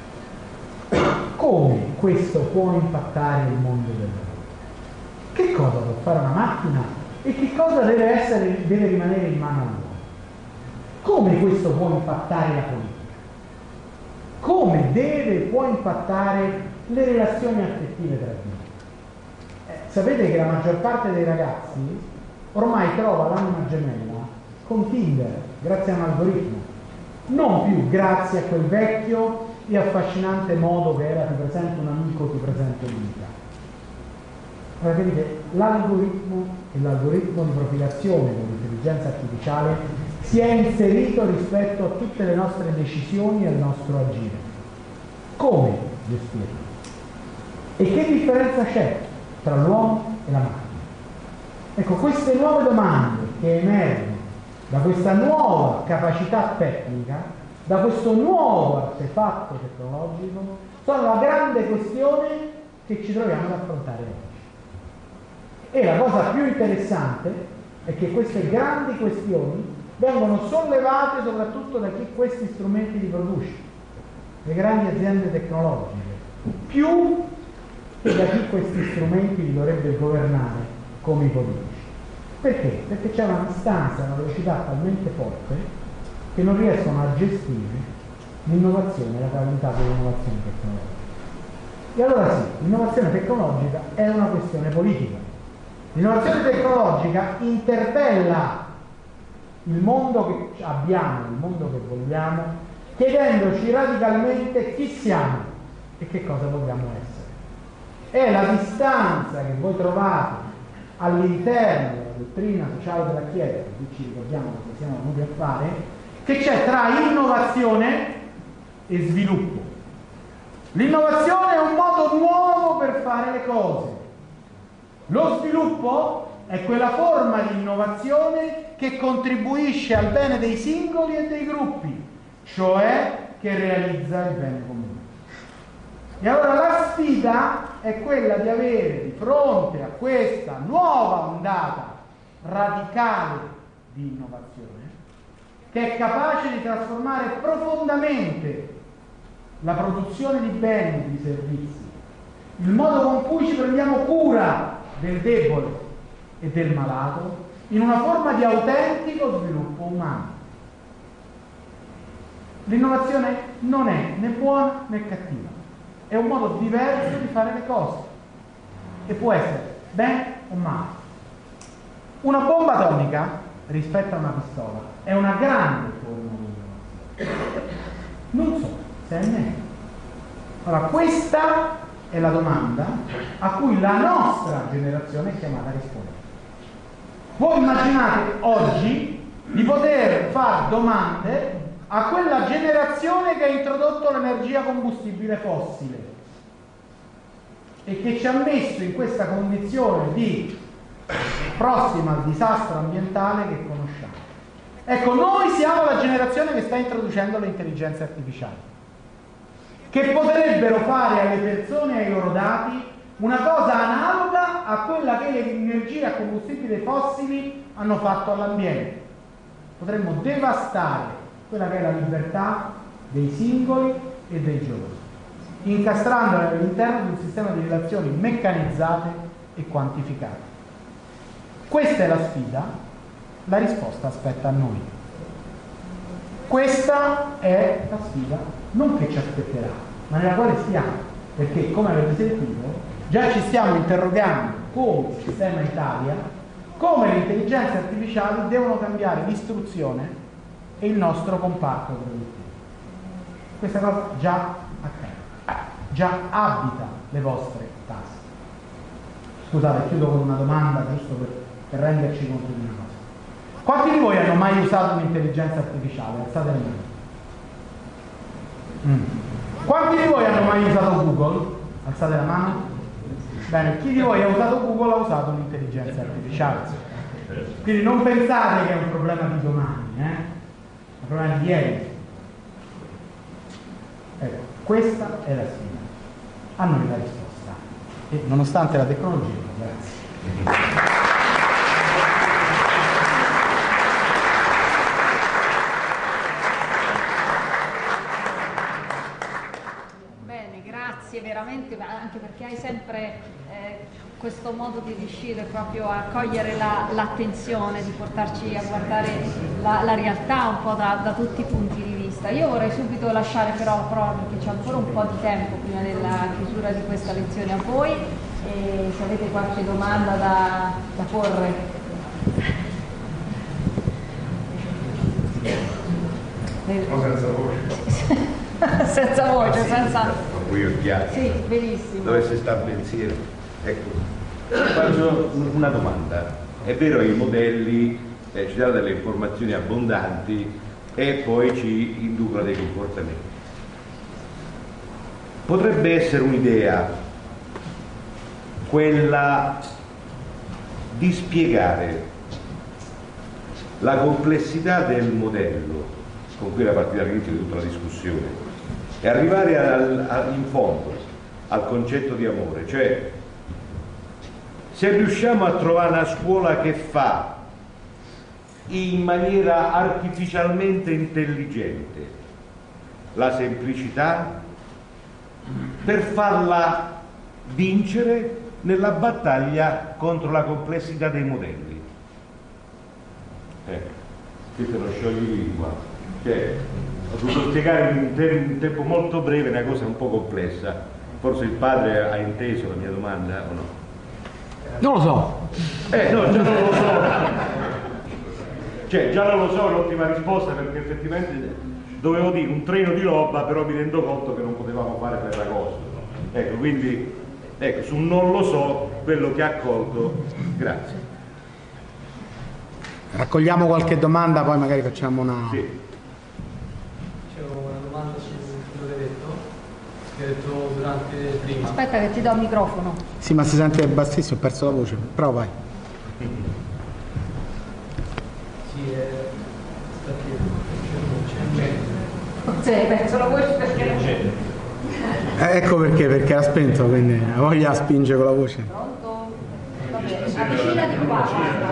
Come questo può impattare il mondo del lavoro? Che cosa può fare una macchina e che cosa deve essere, deve rimanere in mano all'uomo? Come questo può impattare la politica? Come deve, può impattare le relazioni affettive tra di noi? Eh, sapete che la maggior parte dei ragazzi ormai trova l'anima gemella con Tinder, grazie a un algoritmo, non più grazie a quel vecchio e affascinante modo che era ti presento un amico, ti presento un'amica. Allora capite, l'algoritmo e l'algoritmo di profilazione dell'intelligenza artificiale si è inserito rispetto a tutte le nostre decisioni e al nostro agire. Come gestirlo? E che differenza c'è tra l'uomo e la macchina? Ecco, queste nuove domande che emergono da questa nuova capacità tecnica, da questo nuovo artefatto tecnologico, sono la grande questione che ci troviamo ad affrontare oggi. E la cosa più interessante è che queste grandi questioni vengono sollevate soprattutto da chi questi strumenti li produce, le grandi aziende tecnologiche, più che da chi questi strumenti li dovrebbe governare come i politici. Perché? Perché c'è una distanza, una velocità talmente forte che non riescono a gestire l'innovazione e la qualità dell'innovazione tecnologica. E allora sì, l'innovazione tecnologica è una questione politica. L'innovazione tecnologica interpella il mondo che abbiamo, il mondo che vogliamo, chiedendoci radicalmente chi siamo e che cosa vogliamo essere. È la distanza che voi trovate all'interno della dottrina sociale della Chiesa, che ci ricordiamo cosa siamo venuti a fare, che c'è tra innovazione e sviluppo. L'innovazione è un modo nuovo per fare le cose. Lo sviluppo è quella forma di innovazione che contribuisce al bene dei singoli e dei gruppi, cioè che realizza il bene comune. E allora la sfida è quella di avere di fronte a questa nuova ondata radicale di innovazione, che è capace di trasformare profondamente la produzione di beni e di servizi, il modo con cui ci prendiamo cura del debole e del malato, in una forma di autentico sviluppo umano. L'innovazione non è né buona né cattiva, è un modo diverso di fare le cose e può essere bene o male. Una bomba atomica rispetto a una pistola è una grande forma di innovazione. Non so se è meglio. Allora, questa è la domanda a cui la nostra generazione è chiamata a rispondere. Voi immaginate oggi di poter fare domande a quella generazione che ha introdotto l'energia combustibile fossile e che ci ha messo in questa condizione di prossima al disastro ambientale che conosciamo. Ecco, noi siamo la generazione che sta introducendo le intelligenze artificiali, che potrebbero fare alle persone e ai loro dati una cosa analoga a quella che le energie a combustibile fossili hanno fatto all'ambiente. Potremmo devastare quella che è la libertà dei singoli e dei giovani, incastrandola all'interno di un sistema di relazioni meccanizzate e quantificate. Questa è la sfida, la risposta aspetta a noi. Questa è la sfida non che ci aspetterà, ma nella quale stiamo, perché come avete sentito già ci stiamo interrogando come sistema Italia, come le intelligenze artificiali devono cambiare l'istruzione e il nostro comparto produttivo. Questa cosa già accade, già abita le vostre tasche. Scusate, chiudo con una domanda giusto per, per renderci conto di una cosa. Quanti di voi hanno mai usato un'intelligenza artificiale? Alzate le mani. Mm. Quanti di voi hanno mai usato Google? Alzate la mano. Bene, chi di voi ha usato Google ha usato un'intelligenza artificiale. Quindi non pensate che è un problema di domani, eh? È un problema di ieri. Ecco, questa è la sfida. A noi la risposta. E nonostante la tecnologia, grazie. Veramente, anche perché hai sempre eh, questo modo di riuscire proprio a cogliere l'attenzione, la, di portarci a guardare la, la realtà un po' da, da tutti i punti di vista. Io vorrei subito lasciare però, però perché c'è ancora un po' di tempo prima della chiusura di questa lezione a voi, e se avete qualche domanda da, da porre. Senza voce. Senza voce, senza... Sì, benissimo. Dove si sta il pensiero? Ecco, faccio una domanda. È vero che i modelli eh, ci danno delle informazioni abbondanti e poi ci inducono dei comportamenti. Potrebbe essere un'idea quella di spiegare la complessità del modello con cui era partita all'inizio di tutta la discussione e arrivare al, al, in fondo al concetto di amore, cioè se riusciamo a trovare una scuola che fa in maniera artificialmente intelligente la semplicità per farla vincere nella battaglia contro la complessità dei modelli. Ecco, questo è uno scioglilingua, cioè ho dovuto spiegare in, te in tempo molto breve una cosa un po' complessa. forse il padre ha inteso la mia domanda o no? Non lo so. Eh no, già non lo so. Cioè, già non lo so l'ultima risposta, perché effettivamente dovevo dire un treno di roba, però mi rendo conto che non potevamo fare Ferragosto. Ecco, quindi, ecco, su non lo so, quello che ha accolto, grazie. Raccogliamo qualche domanda, poi magari facciamo una... Sì. C'è una domanda su quello che hai detto, che hai detto durante prima. Aspetta che ti do il microfono. Sì, ma si sente bassissimo, ho perso la voce, però vai. Sì, è... perché Sì, hai perso la voce perché non c'è. Eh, ecco perché, perché ha spento, quindi la voglia spinge con la voce. Pronto? Vabbè, avvicinati qua.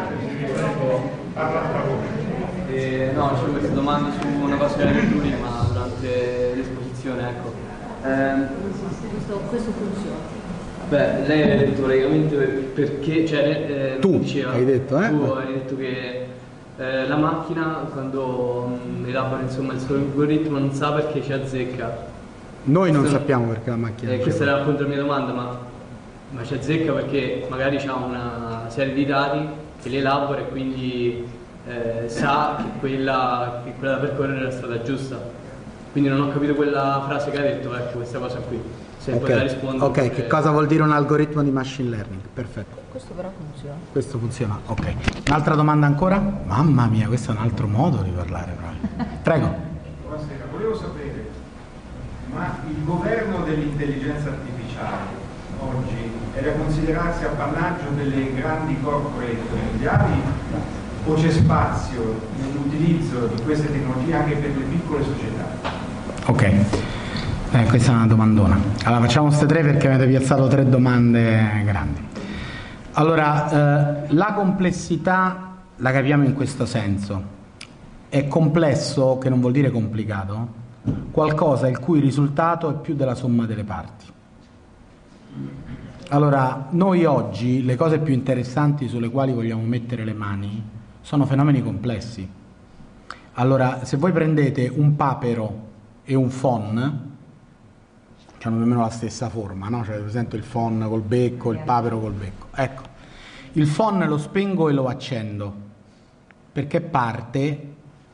Eh, no, c'è queste domande su una cosa che hai detto prima durante l'esposizione, ecco. Eh, Questo, questo funziona. beh, lei ha detto praticamente perché, cioè, eh, Tu diceva, hai detto, eh? tu hai detto che eh, la macchina quando mh, elabora insomma il suo algoritmo non sa perché ci azzecca. Noi non Questo- sappiamo perché la macchina... Eh, c'è. questa era appunto la mia domanda, ma, ma ci azzecca perché magari c'ha una serie di dati che li elabora e quindi eh, sa che quella, che quella da percorrere è la strada giusta. Quindi non ho capito quella frase che hai detto, ecco, questa cosa qui. Se poteva Ok, rispondere. ok, perché- che cosa vuol dire un algoritmo di machine learning? Perfetto, Questo però funziona. questo funziona, ok. Un'altra domanda ancora? Mamma mia, questo è un altro modo di parlare proprio. Prego. Buonasera, volevo sapere, ma il governo dell'intelligenza artificiale oggi è da considerarsi appannaggio delle grandi corporate mondiali o c'è spazio nell'utilizzo di queste tecnologie anche per le piccole società? Ok, eh, questa è una domandona. Allora facciamo queste tre perché avete piazzato tre domande grandi. Allora, eh, la complessità la capiamo in questo senso. È complesso, che non vuol dire complicato, qualcosa il cui risultato è più della somma delle parti. Allora, noi oggi le cose più interessanti sulle quali vogliamo mettere le mani sono fenomeni complessi. Allora, se voi prendete un papero e un phon, hanno più o meno la stessa forma, no? Cioè, per esempio il phon col becco, il papero col becco. Ecco, il phon lo spengo e lo accendo, perché parte,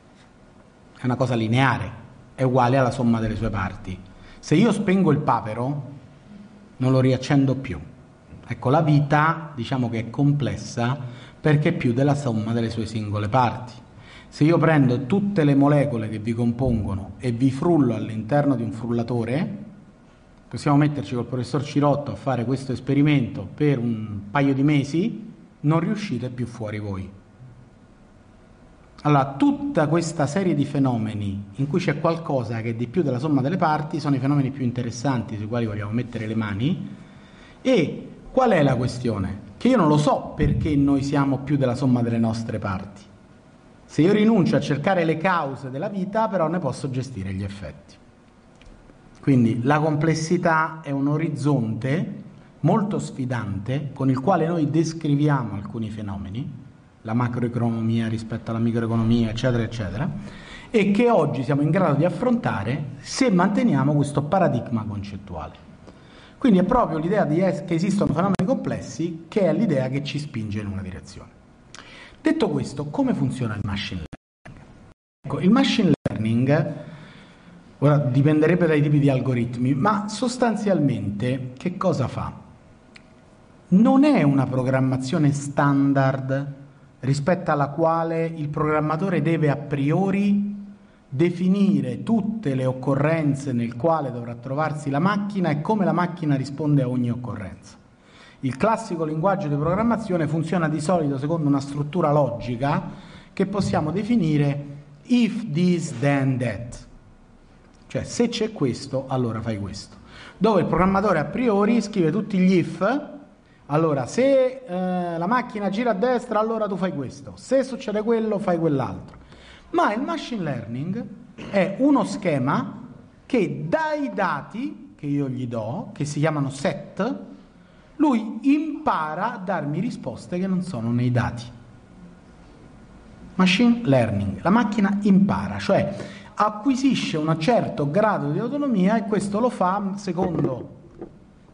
è una cosa lineare, è uguale alla somma delle sue parti. Se io spengo il papero, non lo riaccendo più. Ecco, la vita, diciamo che è complessa, perché è più della somma delle sue singole parti. Se io prendo tutte le molecole che vi compongono e vi frullo all'interno di un frullatore, possiamo metterci col professor Cirotto a fare questo esperimento per un paio di mesi, non riuscite più fuori voi. Allora, tutta questa serie di fenomeni in cui c'è qualcosa che è di più della somma delle parti sono i fenomeni più interessanti sui quali vogliamo mettere le mani. E qual è la questione? Che io non lo so perché noi siamo più della somma delle nostre parti. Se io rinuncio a cercare le cause della vita, però ne posso gestire gli effetti. Quindi la complessità è un orizzonte molto sfidante con il quale noi descriviamo alcuni fenomeni, la macroeconomia rispetto alla microeconomia, eccetera, eccetera, e che oggi siamo in grado di affrontare se manteniamo questo paradigma concettuale. Quindi è proprio l'idea di es- che esistono fenomeni complessi che è l'idea che ci spinge in una direzione. Detto questo, come funziona il machine learning? Ecco, il machine learning, ora dipenderebbe dai tipi di algoritmi, ma sostanzialmente che cosa fa? Non è una programmazione standard rispetto alla quale il programmatore deve a priori definire tutte le occorrenze nel quale dovrà trovarsi la macchina e come la macchina risponde a ogni occorrenza. Il classico linguaggio di programmazione funziona di solito secondo una struttura logica che possiamo definire if this then that, cioè se c'è questo allora fai questo, dove il programmatore a priori scrive tutti gli if. Allora, se eh, la macchina gira a destra, allora tu fai questo. Se succede quello, fai quell'altro. Ma il machine learning è uno schema che dai dati che io gli do, che si chiamano set, lui impara a darmi risposte che non sono nei dati. Machine learning. La macchina impara, cioè acquisisce un certo grado di autonomia e questo lo fa secondo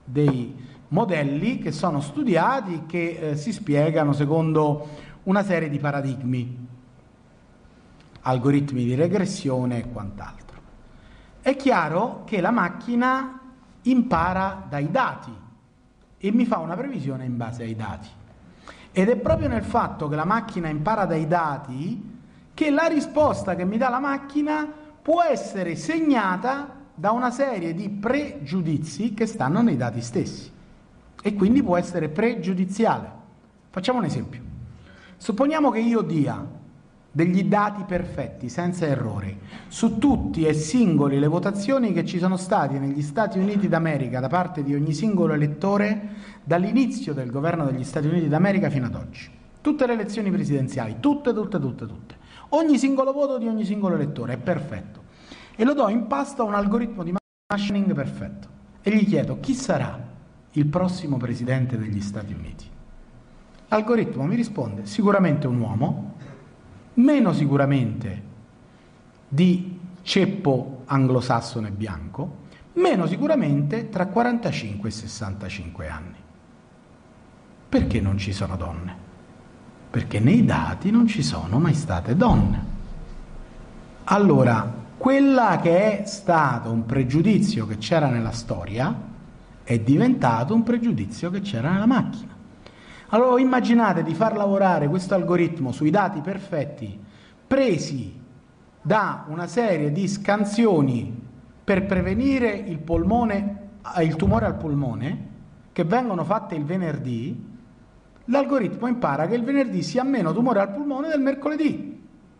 dei modelli che sono studiati, che eh, si spiegano secondo una serie di paradigmi, algoritmi di regressione e quant'altro. È chiaro che la macchina impara dai dati e mi fa una previsione in base ai dati. Ed è proprio nel fatto che la macchina impara dai dati che la risposta che mi dà la macchina può essere segnata da una serie di pregiudizi che stanno nei dati stessi e quindi può essere pregiudiziale. Facciamo un esempio. Supponiamo che io dia degli dati perfetti, senza errori, su tutti e singoli le votazioni che ci sono state negli Stati Uniti d'America da parte di ogni singolo elettore dall'inizio del governo degli Stati Uniti d'America fino ad oggi. Tutte le elezioni presidenziali, tutte, tutte, tutte, tutte. Ogni singolo voto di ogni singolo elettore è perfetto. E lo do in pasto a un algoritmo di machine learning perfetto. E gli chiedo chi sarà il prossimo presidente degli Stati Uniti. L'algoritmo mi risponde sicuramente un uomo, meno sicuramente di ceppo anglosassone bianco, meno sicuramente tra quarantacinque e sessantacinque anni. Perché non ci sono donne? Perché nei dati non ci sono mai state donne. Allora, quella che è stato un pregiudizio che c'era nella storia è diventato un pregiudizio che c'era nella macchina. Allora immaginate di far lavorare questo algoritmo sui dati perfetti presi da una serie di scansioni per prevenire il polmone, il tumore al polmone, che vengono fatte il venerdì. L'algoritmo impara che il venerdì si ha meno tumore al polmone del mercoledì.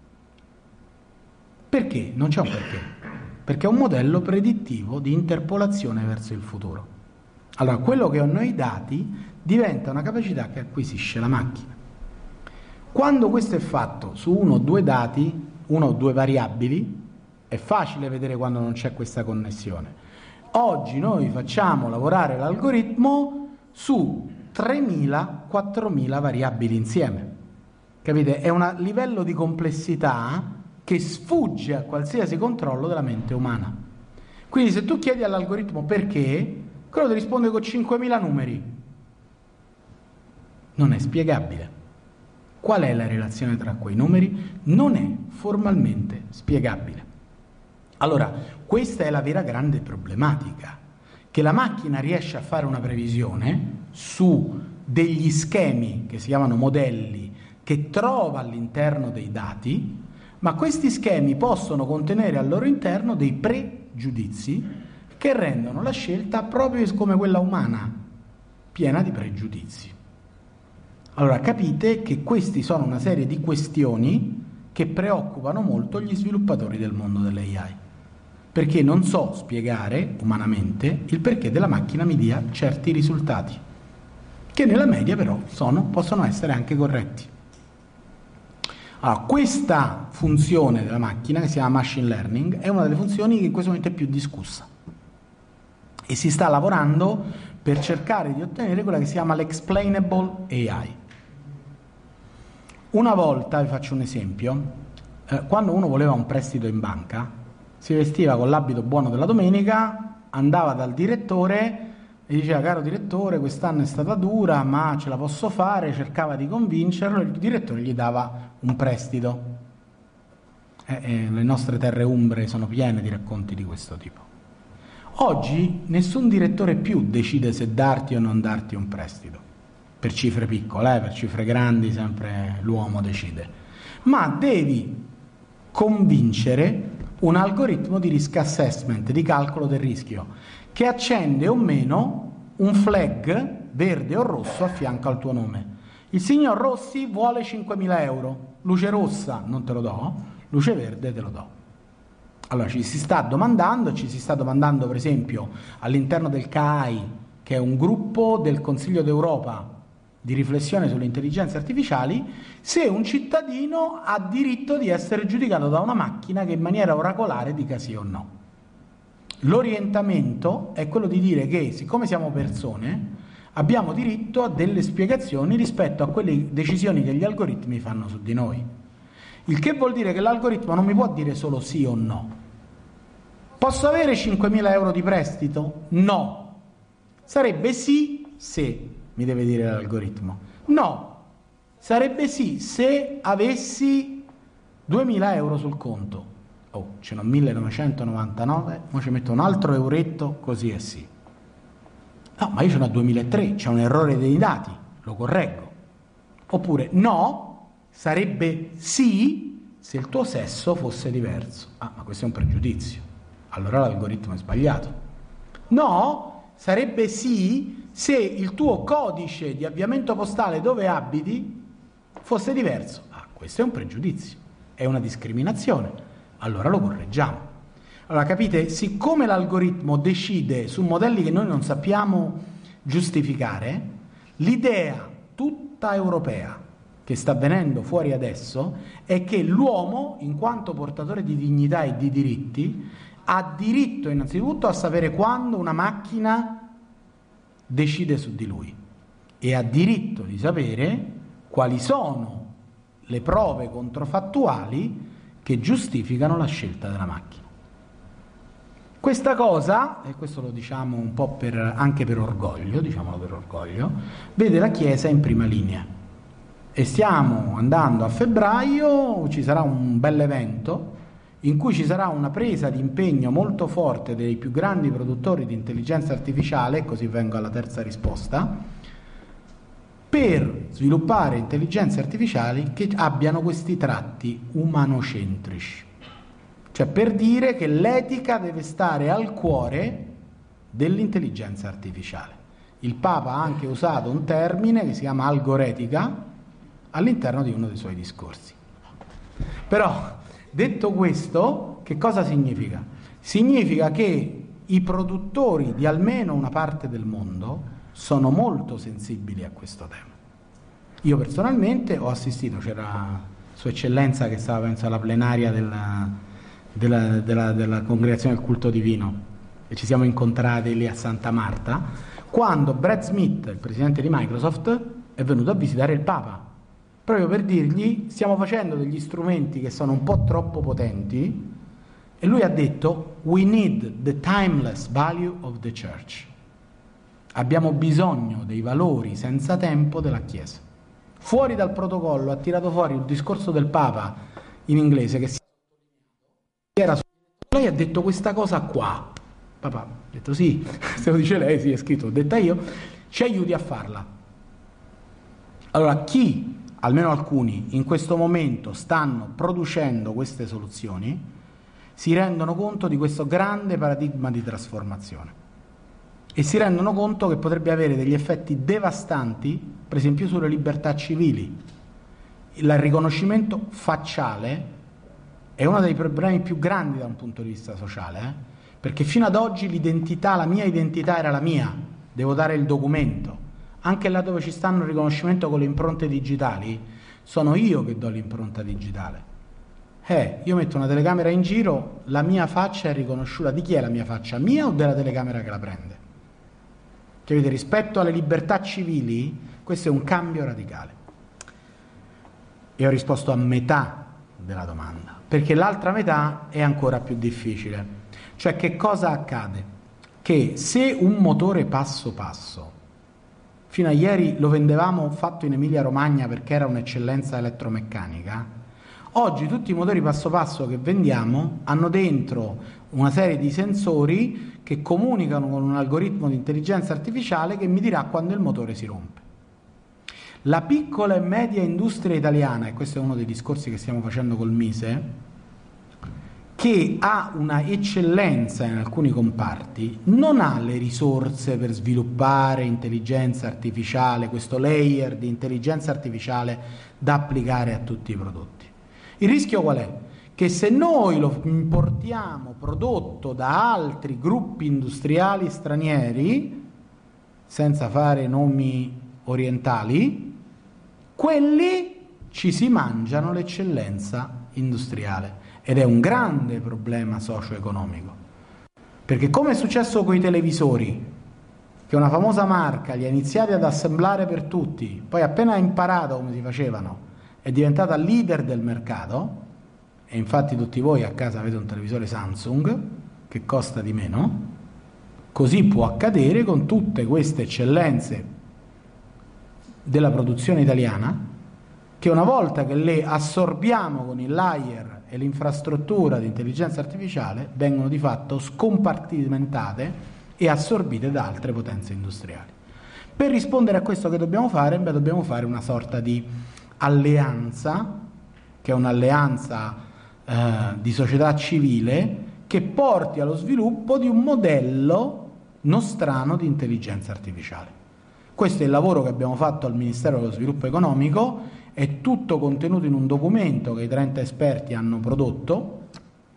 Perché? Non c'è un perché. Perché è un modello predittivo di interpolazione verso il futuro. Allora, quello che ho noi dati diventa una capacità che acquisisce la macchina. Quando questo è fatto su uno o due dati, uno o due variabili, è facile vedere quando non c'è questa connessione. Oggi noi facciamo lavorare l'algoritmo su tremila quattromila variabili insieme. Capite? È un livello di complessità che sfugge a qualsiasi controllo della mente umana. Quindi se tu chiedi all'algoritmo perché, quello ti risponde con cinquemila numeri. Non è spiegabile. Qual è la relazione tra quei numeri? Non è formalmente spiegabile. Allora, questa è la vera grande problematica, che la macchina riesce a fare una previsione su degli schemi che si chiamano modelli, che trova all'interno dei dati, ma questi schemi possono contenere al loro interno dei pregiudizi che rendono la scelta proprio come quella umana, piena di pregiudizi. Allora capite che questi sono una serie di questioni che preoccupano molto gli sviluppatori del mondo dell'A I, perché non so spiegare umanamente il perché della macchina mi dia certi risultati, che nella media però sono, possono essere anche corretti. Allora, questa funzione della macchina, che si chiama machine learning, è una delle funzioni che in questo momento è più discussa e si sta lavorando per cercare di ottenere quella che si chiama l'explainable A I. Una volta, vi faccio un esempio, eh, quando uno voleva un prestito in banca, si vestiva con l'abito buono della domenica, andava dal direttore e diceva: caro direttore, quest'anno è stata dura, ma ce la posso fare, cercava di convincerlo, il direttore gli dava un prestito. Eh, eh, le nostre terre umbre sono piene di racconti di questo tipo. Oggi nessun direttore più decide se darti o non darti un prestito, per cifre piccole, eh, per cifre grandi sempre l'uomo decide, ma devi convincere un algoritmo di risk assessment, di calcolo del rischio, che accende o meno un flag verde o rosso a fianco al tuo nome. Il signor Rossi vuole cinquemila euro, luce rossa non te lo do, luce verde te lo do. Allora ci si sta domandando, ci si sta domandando per esempio all'interno del C A I, che è un gruppo del Consiglio d'Europa di riflessione sulle intelligenze artificiali, se un cittadino ha diritto di essere giudicato da una macchina che in maniera oracolare dica sì o no. L'orientamento è quello di dire che, siccome siamo persone, abbiamo diritto a delle spiegazioni rispetto a quelle decisioni che gli algoritmi fanno su di noi. Il che vuol dire che l'algoritmo non mi può dire solo sì o no. Posso avere cinquemila euro di prestito? No. Sarebbe sì se, mi deve dire l'algoritmo. No, sarebbe sì se avessi duemila euro sul conto. Oh, ce n'ho millenovecentonovantanove, ora ci metto un altro euretto, così è sì. No, ma io ce n'ho duemilatré, c'è un errore dei dati, lo correggo. Oppure no, sarebbe sì se il tuo sesso fosse diverso. Ah, ma questo è un pregiudizio. Allora l'algoritmo è sbagliato. No, sarebbe sì se il tuo codice di avviamento postale dove abiti fosse diverso. Ah, questo è un pregiudizio, è una discriminazione. Allora lo correggiamo. Allora capite, siccome l'algoritmo decide su modelli che noi non sappiamo giustificare, l'idea tutta europea che sta venendo fuori adesso è che l'uomo, in quanto portatore di dignità e di diritti, ha diritto innanzitutto a sapere quando una macchina decide su di lui e ha diritto di sapere quali sono le prove controfattuali che giustificano la scelta della macchina. Questa cosa, e questo lo diciamo un po' per, anche per orgoglio, diciamolo per orgoglio, vede la Chiesa in prima linea. E stiamo andando a febbraio, ci sarà un bell'evento in cui ci sarà una presa di impegno molto forte dei più grandi produttori di intelligenza artificiale, così vengo alla terza risposta, per sviluppare intelligenze artificiali che abbiano questi tratti umanocentrici. Cioè per dire che l'etica deve stare al cuore dell'intelligenza artificiale. Il Papa ha anche usato un termine che si chiama algoretica all'interno di uno dei suoi discorsi. Però, detto questo, che cosa significa? Significa che i produttori di almeno una parte del mondo sono molto sensibili a questo tema. Io personalmente ho assistito, c'era Sua Eccellenza che stava, penso, alla plenaria della, della, della, della Congregazione del Culto Divino, e ci siamo incontrati lì a Santa Marta, quando Brad Smith, il presidente di Microsoft, è venuto a visitare il Papa, proprio per dirgli: stiamo facendo degli strumenti che sono un po' troppo potenti, e lui ha detto: we need the timeless value of the church. Abbiamo bisogno dei valori senza tempo della Chiesa. Fuori dal protocollo ha tirato fuori il discorso del Papa in inglese che si era su... Lei ha detto questa cosa qua. Papà ha detto sì, se lo dice lei, sì, è scritto, l'ho detta io, ci aiuti a farla. Allora chi, almeno alcuni, in questo momento stanno producendo queste soluzioni, si rendono conto di questo grande paradigma di trasformazione. E si rendono conto che potrebbe avere degli effetti devastanti, per esempio sulle libertà civili. Il riconoscimento facciale è uno dei problemi più grandi da un punto di vista sociale, eh? Perché fino ad oggi l'identità, la mia identità era la mia, devo dare il documento. Anche là dove ci stanno il riconoscimento con le impronte digitali, sono io che do l'impronta digitale. Eh, io metto una telecamera in giro, la mia faccia è riconosciuta. Di chi è la mia faccia? Mia o della telecamera che la prende? Capite? Rispetto alle libertà civili, questo è un cambio radicale. E ho risposto a metà della domanda, perché l'altra metà è ancora più difficile. Cioè, che cosa accade? Che se un motore passo passo, fino a ieri lo vendevamo fatto in Emilia Romagna perché era un'eccellenza elettromeccanica, oggi tutti i motori passo passo che vendiamo hanno dentro una serie di sensori che comunicano con un algoritmo di intelligenza artificiale che mi dirà quando il motore si rompe. La piccola e media industria italiana, e questo è uno dei discorsi che stiamo facendo col Mise, che ha una eccellenza in alcuni comparti, non ha le risorse per sviluppare intelligenza artificiale, questo layer di intelligenza artificiale da applicare a tutti i prodotti. Il rischio qual è? Che se noi lo importiamo prodotto da altri gruppi industriali stranieri, senza fare nomi orientali, quelli ci si mangiano l'eccellenza industriale. Ed è un grande problema socio-economico. Perché come è successo con i televisori, che una famosa marca li ha iniziati ad assemblare per tutti, poi appena ha imparato come si facevano, è diventata leader del mercato, e infatti tutti voi a casa avete un televisore Samsung che costa di meno, Così può accadere con tutte queste eccellenze della produzione italiana, che una volta che le assorbiamo con il layer e l'infrastruttura di intelligenza artificiale, vengono di fatto scompartimentate e assorbite da altre potenze industriali. Per rispondere a questo che dobbiamo fare? Beh, dobbiamo fare una sorta di alleanza, che è un'alleanza eh, di società civile, che porti allo sviluppo di un modello nostrano di intelligenza artificiale. Questo è il lavoro che abbiamo fatto al Ministero dello Sviluppo Economico, è tutto contenuto in un documento che i trenta esperti hanno prodotto,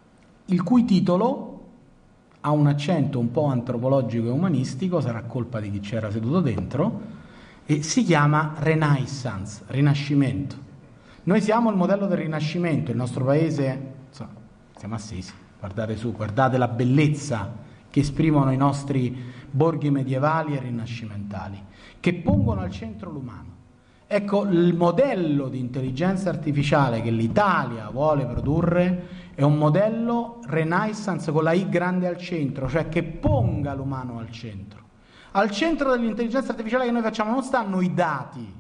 il cui titolo ha un accento un po' antropologico e umanistico, sarà colpa di chi c'era seduto dentro, e si chiama Renaissance, Rinascimento. Noi siamo il modello del Rinascimento, il nostro paese, insomma, siamo assisi, guardate su, guardate la bellezza che esprimono i nostri borghi medievali e rinascimentali, che pongono al centro l'umano. Ecco, il modello di intelligenza artificiale che l'Italia vuole produrre è un modello Renaissance con la I grande al centro, cioè che ponga l'umano al centro. Al centro dell'intelligenza artificiale che noi facciamo non stanno i dati,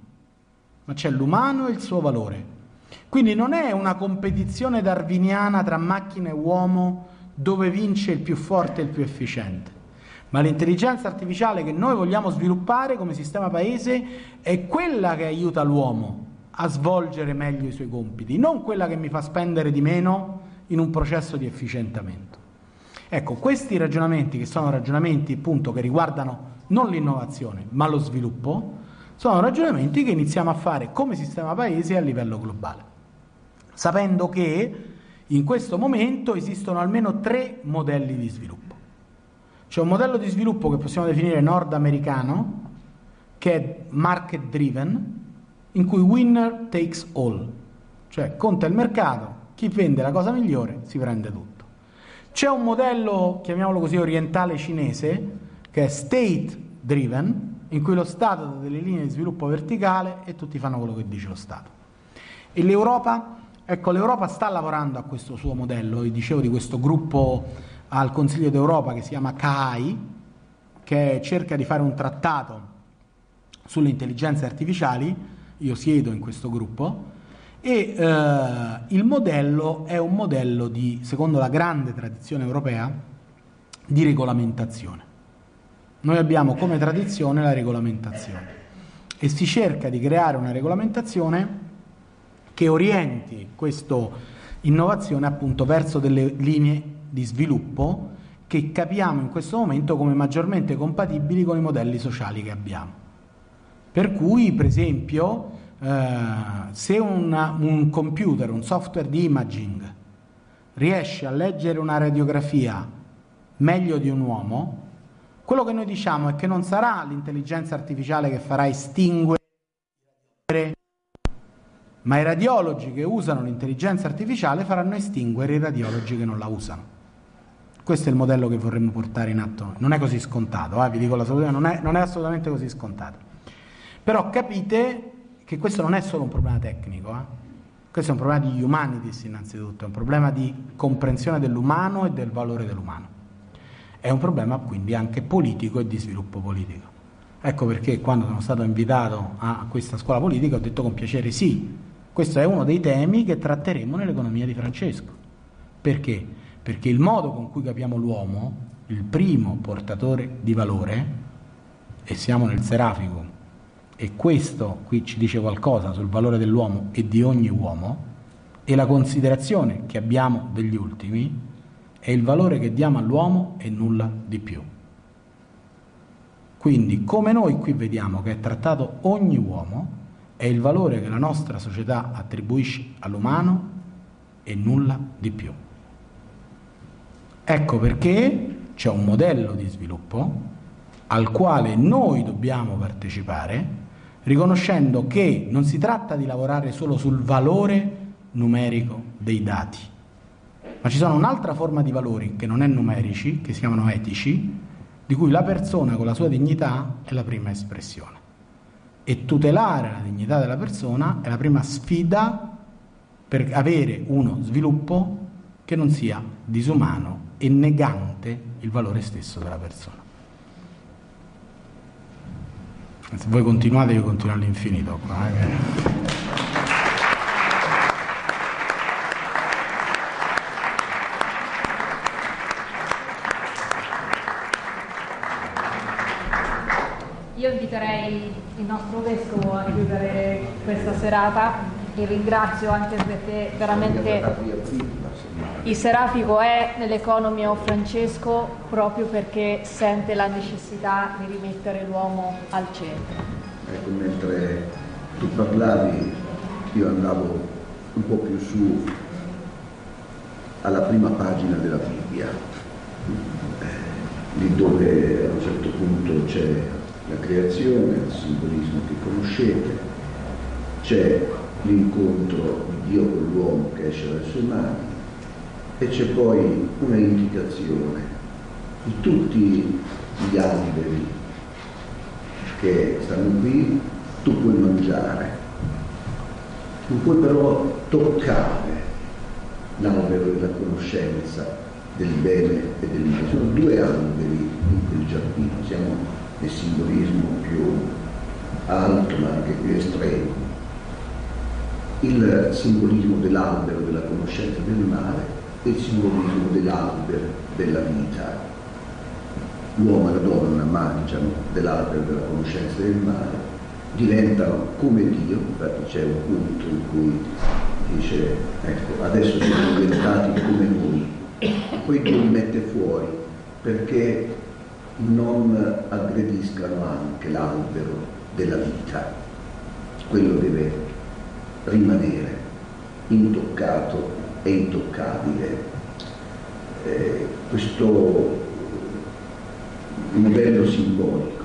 ma c'è l'umano e il suo valore. Quindi non è una competizione darwiniana tra macchina e uomo dove vince il più forte e il più efficiente, ma l'intelligenza artificiale che noi vogliamo sviluppare come sistema paese è quella che aiuta l'uomo a svolgere meglio i suoi compiti, non quella che mi fa spendere di meno in un processo di efficientamento. Ecco, questi ragionamenti, che sono ragionamenti appunto che riguardano non l'innovazione ma lo sviluppo, sono ragionamenti che iniziamo a fare come sistema paese a livello globale, sapendo che in questo momento esistono almeno tre modelli di sviluppo. C'è un modello di sviluppo che possiamo definire nordamericano, che è market driven, in cui winner takes all, cioè conta il mercato, chi vende la cosa migliore si prende tutto. C'è un modello, chiamiamolo così, orientale cinese, che è state driven, in cui lo Stato dà delle linee di sviluppo verticale e tutti fanno quello che dice lo Stato. E l'Europa? Ecco, l'Europa sta lavorando a questo suo modello. Io dicevo di questo gruppo al Consiglio d'Europa che si chiama C A I, che cerca di fare un trattato sulle intelligenze artificiali. Io siedo in questo gruppo e eh, il modello è un modello di, secondo la grande tradizione europea, di regolamentazione. Noi abbiamo come tradizione la regolamentazione e si cerca di creare una regolamentazione che orienti questa innovazione appunto verso delle linee di sviluppo che capiamo in questo momento come maggiormente compatibili con i modelli sociali che abbiamo. Per cui, per esempio, eh, se una, un computer, un software di imaging riesce a leggere una radiografia meglio di un uomo, quello che noi diciamo è che non sarà l'intelligenza artificiale che farà estinguere, ma i radiologi che usano l'intelligenza artificiale faranno estinguere i radiologi che non la usano. Questo è il modello che vorremmo portare in atto. Non è così scontato, eh? Vi dico la soluzione, non è, non è assolutamente così scontato. Però capite che questo non è solo un problema tecnico, eh? Questo è un problema di humanities innanzitutto, è un problema di comprensione dell'umano e del valore dell'umano. È un problema quindi anche politico e di sviluppo politico. Ecco perché quando sono stato invitato a questa scuola politica ho detto con piacere sì. Questo è uno dei temi che tratteremo nell'economia di Francesco. Perché? Perché il modo con cui capiamo l'uomo, il primo portatore di valore, e siamo nel serafico, e questo qui ci dice qualcosa sul valore dell'uomo e di ogni uomo, e la considerazione che abbiamo degli ultimi, è il valore che diamo all'uomo e nulla di più. Quindi, come noi qui vediamo che è trattato ogni uomo, è il valore che la nostra società attribuisce all'umano e nulla di più. Ecco perché c'è un modello di sviluppo al quale noi dobbiamo partecipare, riconoscendo che non si tratta di lavorare solo sul valore numerico dei dati, ma ci sono un'altra forma di valori che non è numerici, che si chiamano etici, di cui la persona con la sua dignità è la prima espressione. E tutelare la dignità della persona è la prima sfida per avere uno sviluppo che non sia disumano e negante il valore stesso della persona. Se voi continuate, io continuo all'infinito qua. Eh. Io inviterei il nostro vescovo a chiudere questa serata e ringrazio anche perché veramente il Serafico è nell'Economy of Francesco proprio perché sente la necessità di rimettere l'uomo al centro. Ecco, mentre tu parlavi io andavo un po' più su alla prima pagina della Bibbia, lì dove a un certo punto c'è la creazione, il simbolismo che conoscete, c'è l'incontro di Dio con l'uomo che esce dalle sue mani e c'è poi una indicazione di tutti gli alberi che stanno qui, tu puoi mangiare, non puoi però toccare l'albero della conoscenza del bene e del male. Sono due alberi in quel giardino, siamo nel simbolismo più alto ma anche più estremo. Il simbolismo dell'albero della conoscenza del male e il simbolismo dell'albero della vita. L'uomo e la donna mangiano dell'albero della conoscenza del male, diventano come Dio. Infatti c'è un punto in cui dice, ecco, adesso siamo diventati come noi, poi Dio li mette fuori perché non aggrediscano anche l'albero della vita. Quello deve rimanere intoccato e intoccabile. Eh, questo modello simbolico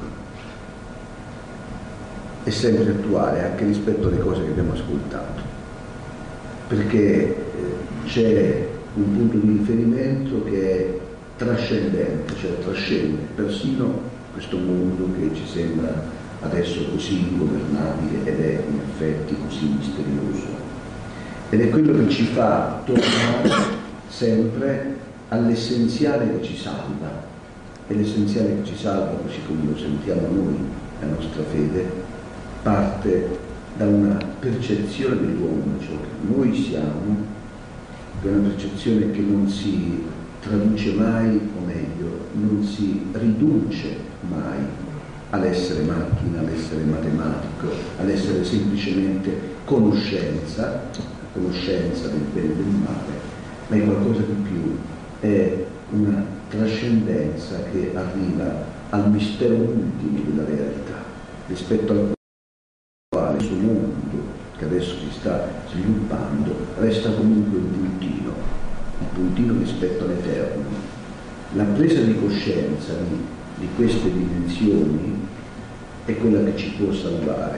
è sempre attuale anche rispetto alle cose che abbiamo ascoltato, perché eh, c'è un punto di riferimento che è trascendente, cioè trascende persino questo mondo che ci sembra adesso così ingovernabile ed è in effetti così misterioso. Ed è quello che ci fa tornare sempre all'essenziale che ci salva. E l'essenziale che ci salva, così come lo sentiamo noi, la nostra fede, parte da una percezione dell'uomo, ciò che noi siamo, che è una percezione che non si traduce mai, o meglio, non si riduce mai all'essere macchina, all'essere matematico, all'essere semplicemente conoscenza, conoscenza del bene e del male, ma è qualcosa di più, è una trascendenza che arriva al mistero ultimo della realtà, rispetto al quale il suo mondo, che adesso si sta sviluppando, resta comunque un puntino, un puntino rispetto all'eterno. La presa di coscienza di, di queste dimensioni è quella che ci può salvare.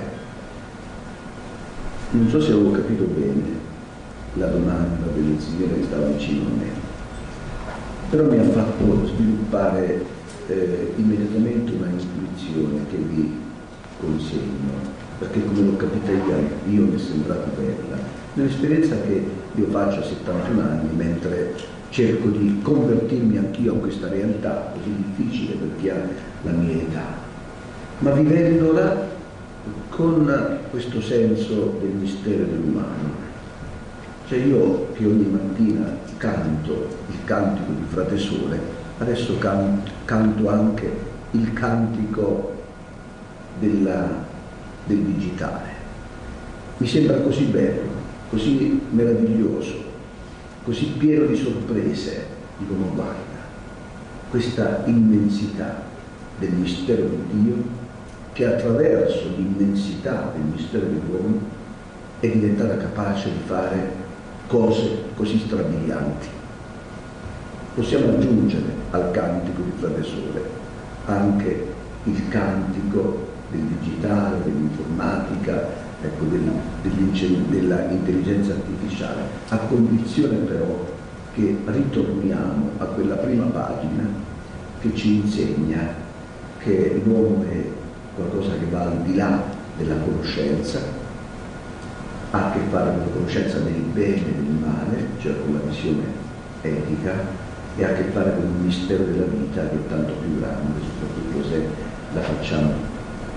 Non so se avevo capito bene la domanda del signore che stava vicino a me, però mi ha fatto sviluppare eh, immediatamente una intuizione che vi consegno, perché come l'ho capita io, io mi è sembrata bella, nell'esperienza che io faccio a settantuno anni, mentre cerco di convertirmi anch'io a questa realtà così difficile per chi ha la mia età, ma vivendola con questo senso del mistero dell'umano. Cioè io che ogni mattina canto il cantico di Frate Sole, adesso can, canto anche il cantico della, del digitale. Mi sembra così bello, così meraviglioso, così pieno di sorprese. Dico, ma guarda, questa immensità del mistero di Dio che attraverso l'immensità del mistero dell'uomo è diventata capace di fare cose così strabilianti. Possiamo aggiungere al cantico di Frate Sole anche il cantico del digitale, dell'informatica, ecco, del, della intelligenza artificiale, a condizione però che ritorniamo a quella prima pagina che ci insegna che l'uomo è qualcosa che va al di là della conoscenza, ha a che fare con la conoscenza del bene e del male, cioè con la visione etica, e ha a che fare con il mistero della vita che è tanto più grande, soprattutto se la facciamo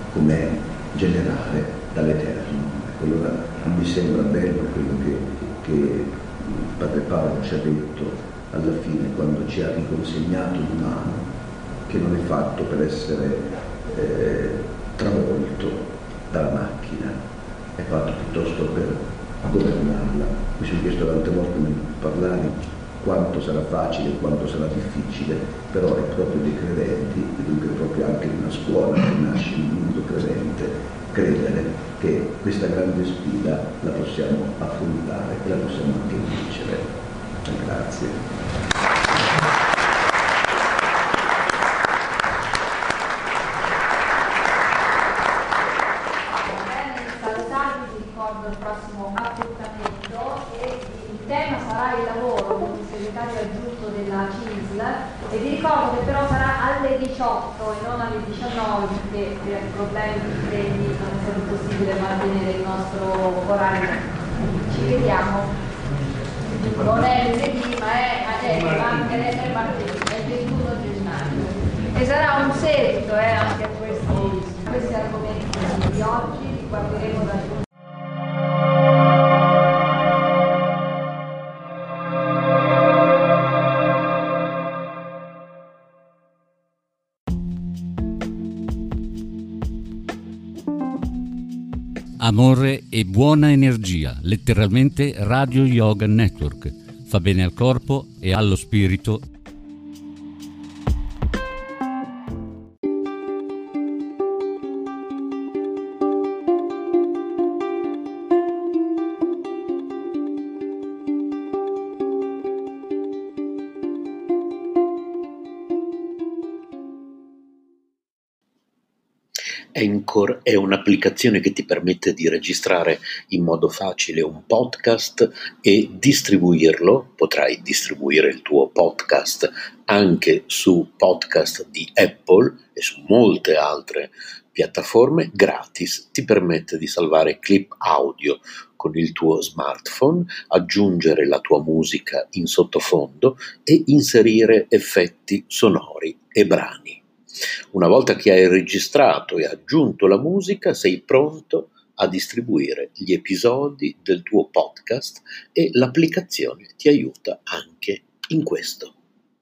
come generale dall'Eterno. Allora mi sembra bello quello che, che Padre Paolo ci ha detto alla fine, quando ci ha riconsegnato l'umano, che non è fatto per essere eh, travolto dalla macchina, è fatto piuttosto per governarla. Mi sono chiesto tante volte nel parlare quanto sarà facile, quanto sarà difficile, però è proprio dei credenti, e dunque proprio anche in una scuola che nasce in un mondo credente, credere che questa grande sfida la possiamo affrontare e la possiamo anche vincere. Grazie. Il prossimo appuntamento, e il tema sarà il lavoro con il segretario aggiunto della C I S L, e vi ricordo che però sarà alle diciotto e non alle diciannove, perché per problemi di treni non è stato possibile mantenere il nostro orario. Ci vediamo, non è lunedì ma è, è, è, è martedì, è il ventuno gennaio, e sarà un seguito eh, anche a questi, questi argomenti di oggi. Li guarderemo da Amore e buona energia, letteralmente Radio Yoga Network. Fa bene al corpo e allo spirito. Anchor è un'applicazione che ti permette di registrare in modo facile un podcast e distribuirlo. Potrai distribuire il tuo podcast anche su podcast di Apple e su molte altre piattaforme gratis. Ti permette di salvare clip audio con il tuo smartphone, aggiungere la tua musica in sottofondo e inserire effetti sonori e brani. Una volta che hai registrato e aggiunto la musica, sei pronto a distribuire gli episodi del tuo podcast e l'applicazione ti aiuta anche in questo.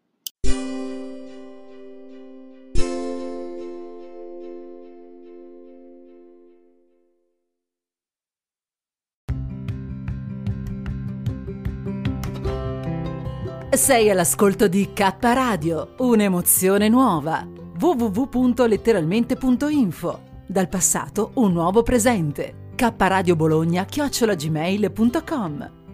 Sei all'ascolto di K Radio, un'emozione nuova. w w w punto letteralmente punto info. Dal passato un nuovo presente. K Radio Bologna chiocciola gmail punto com.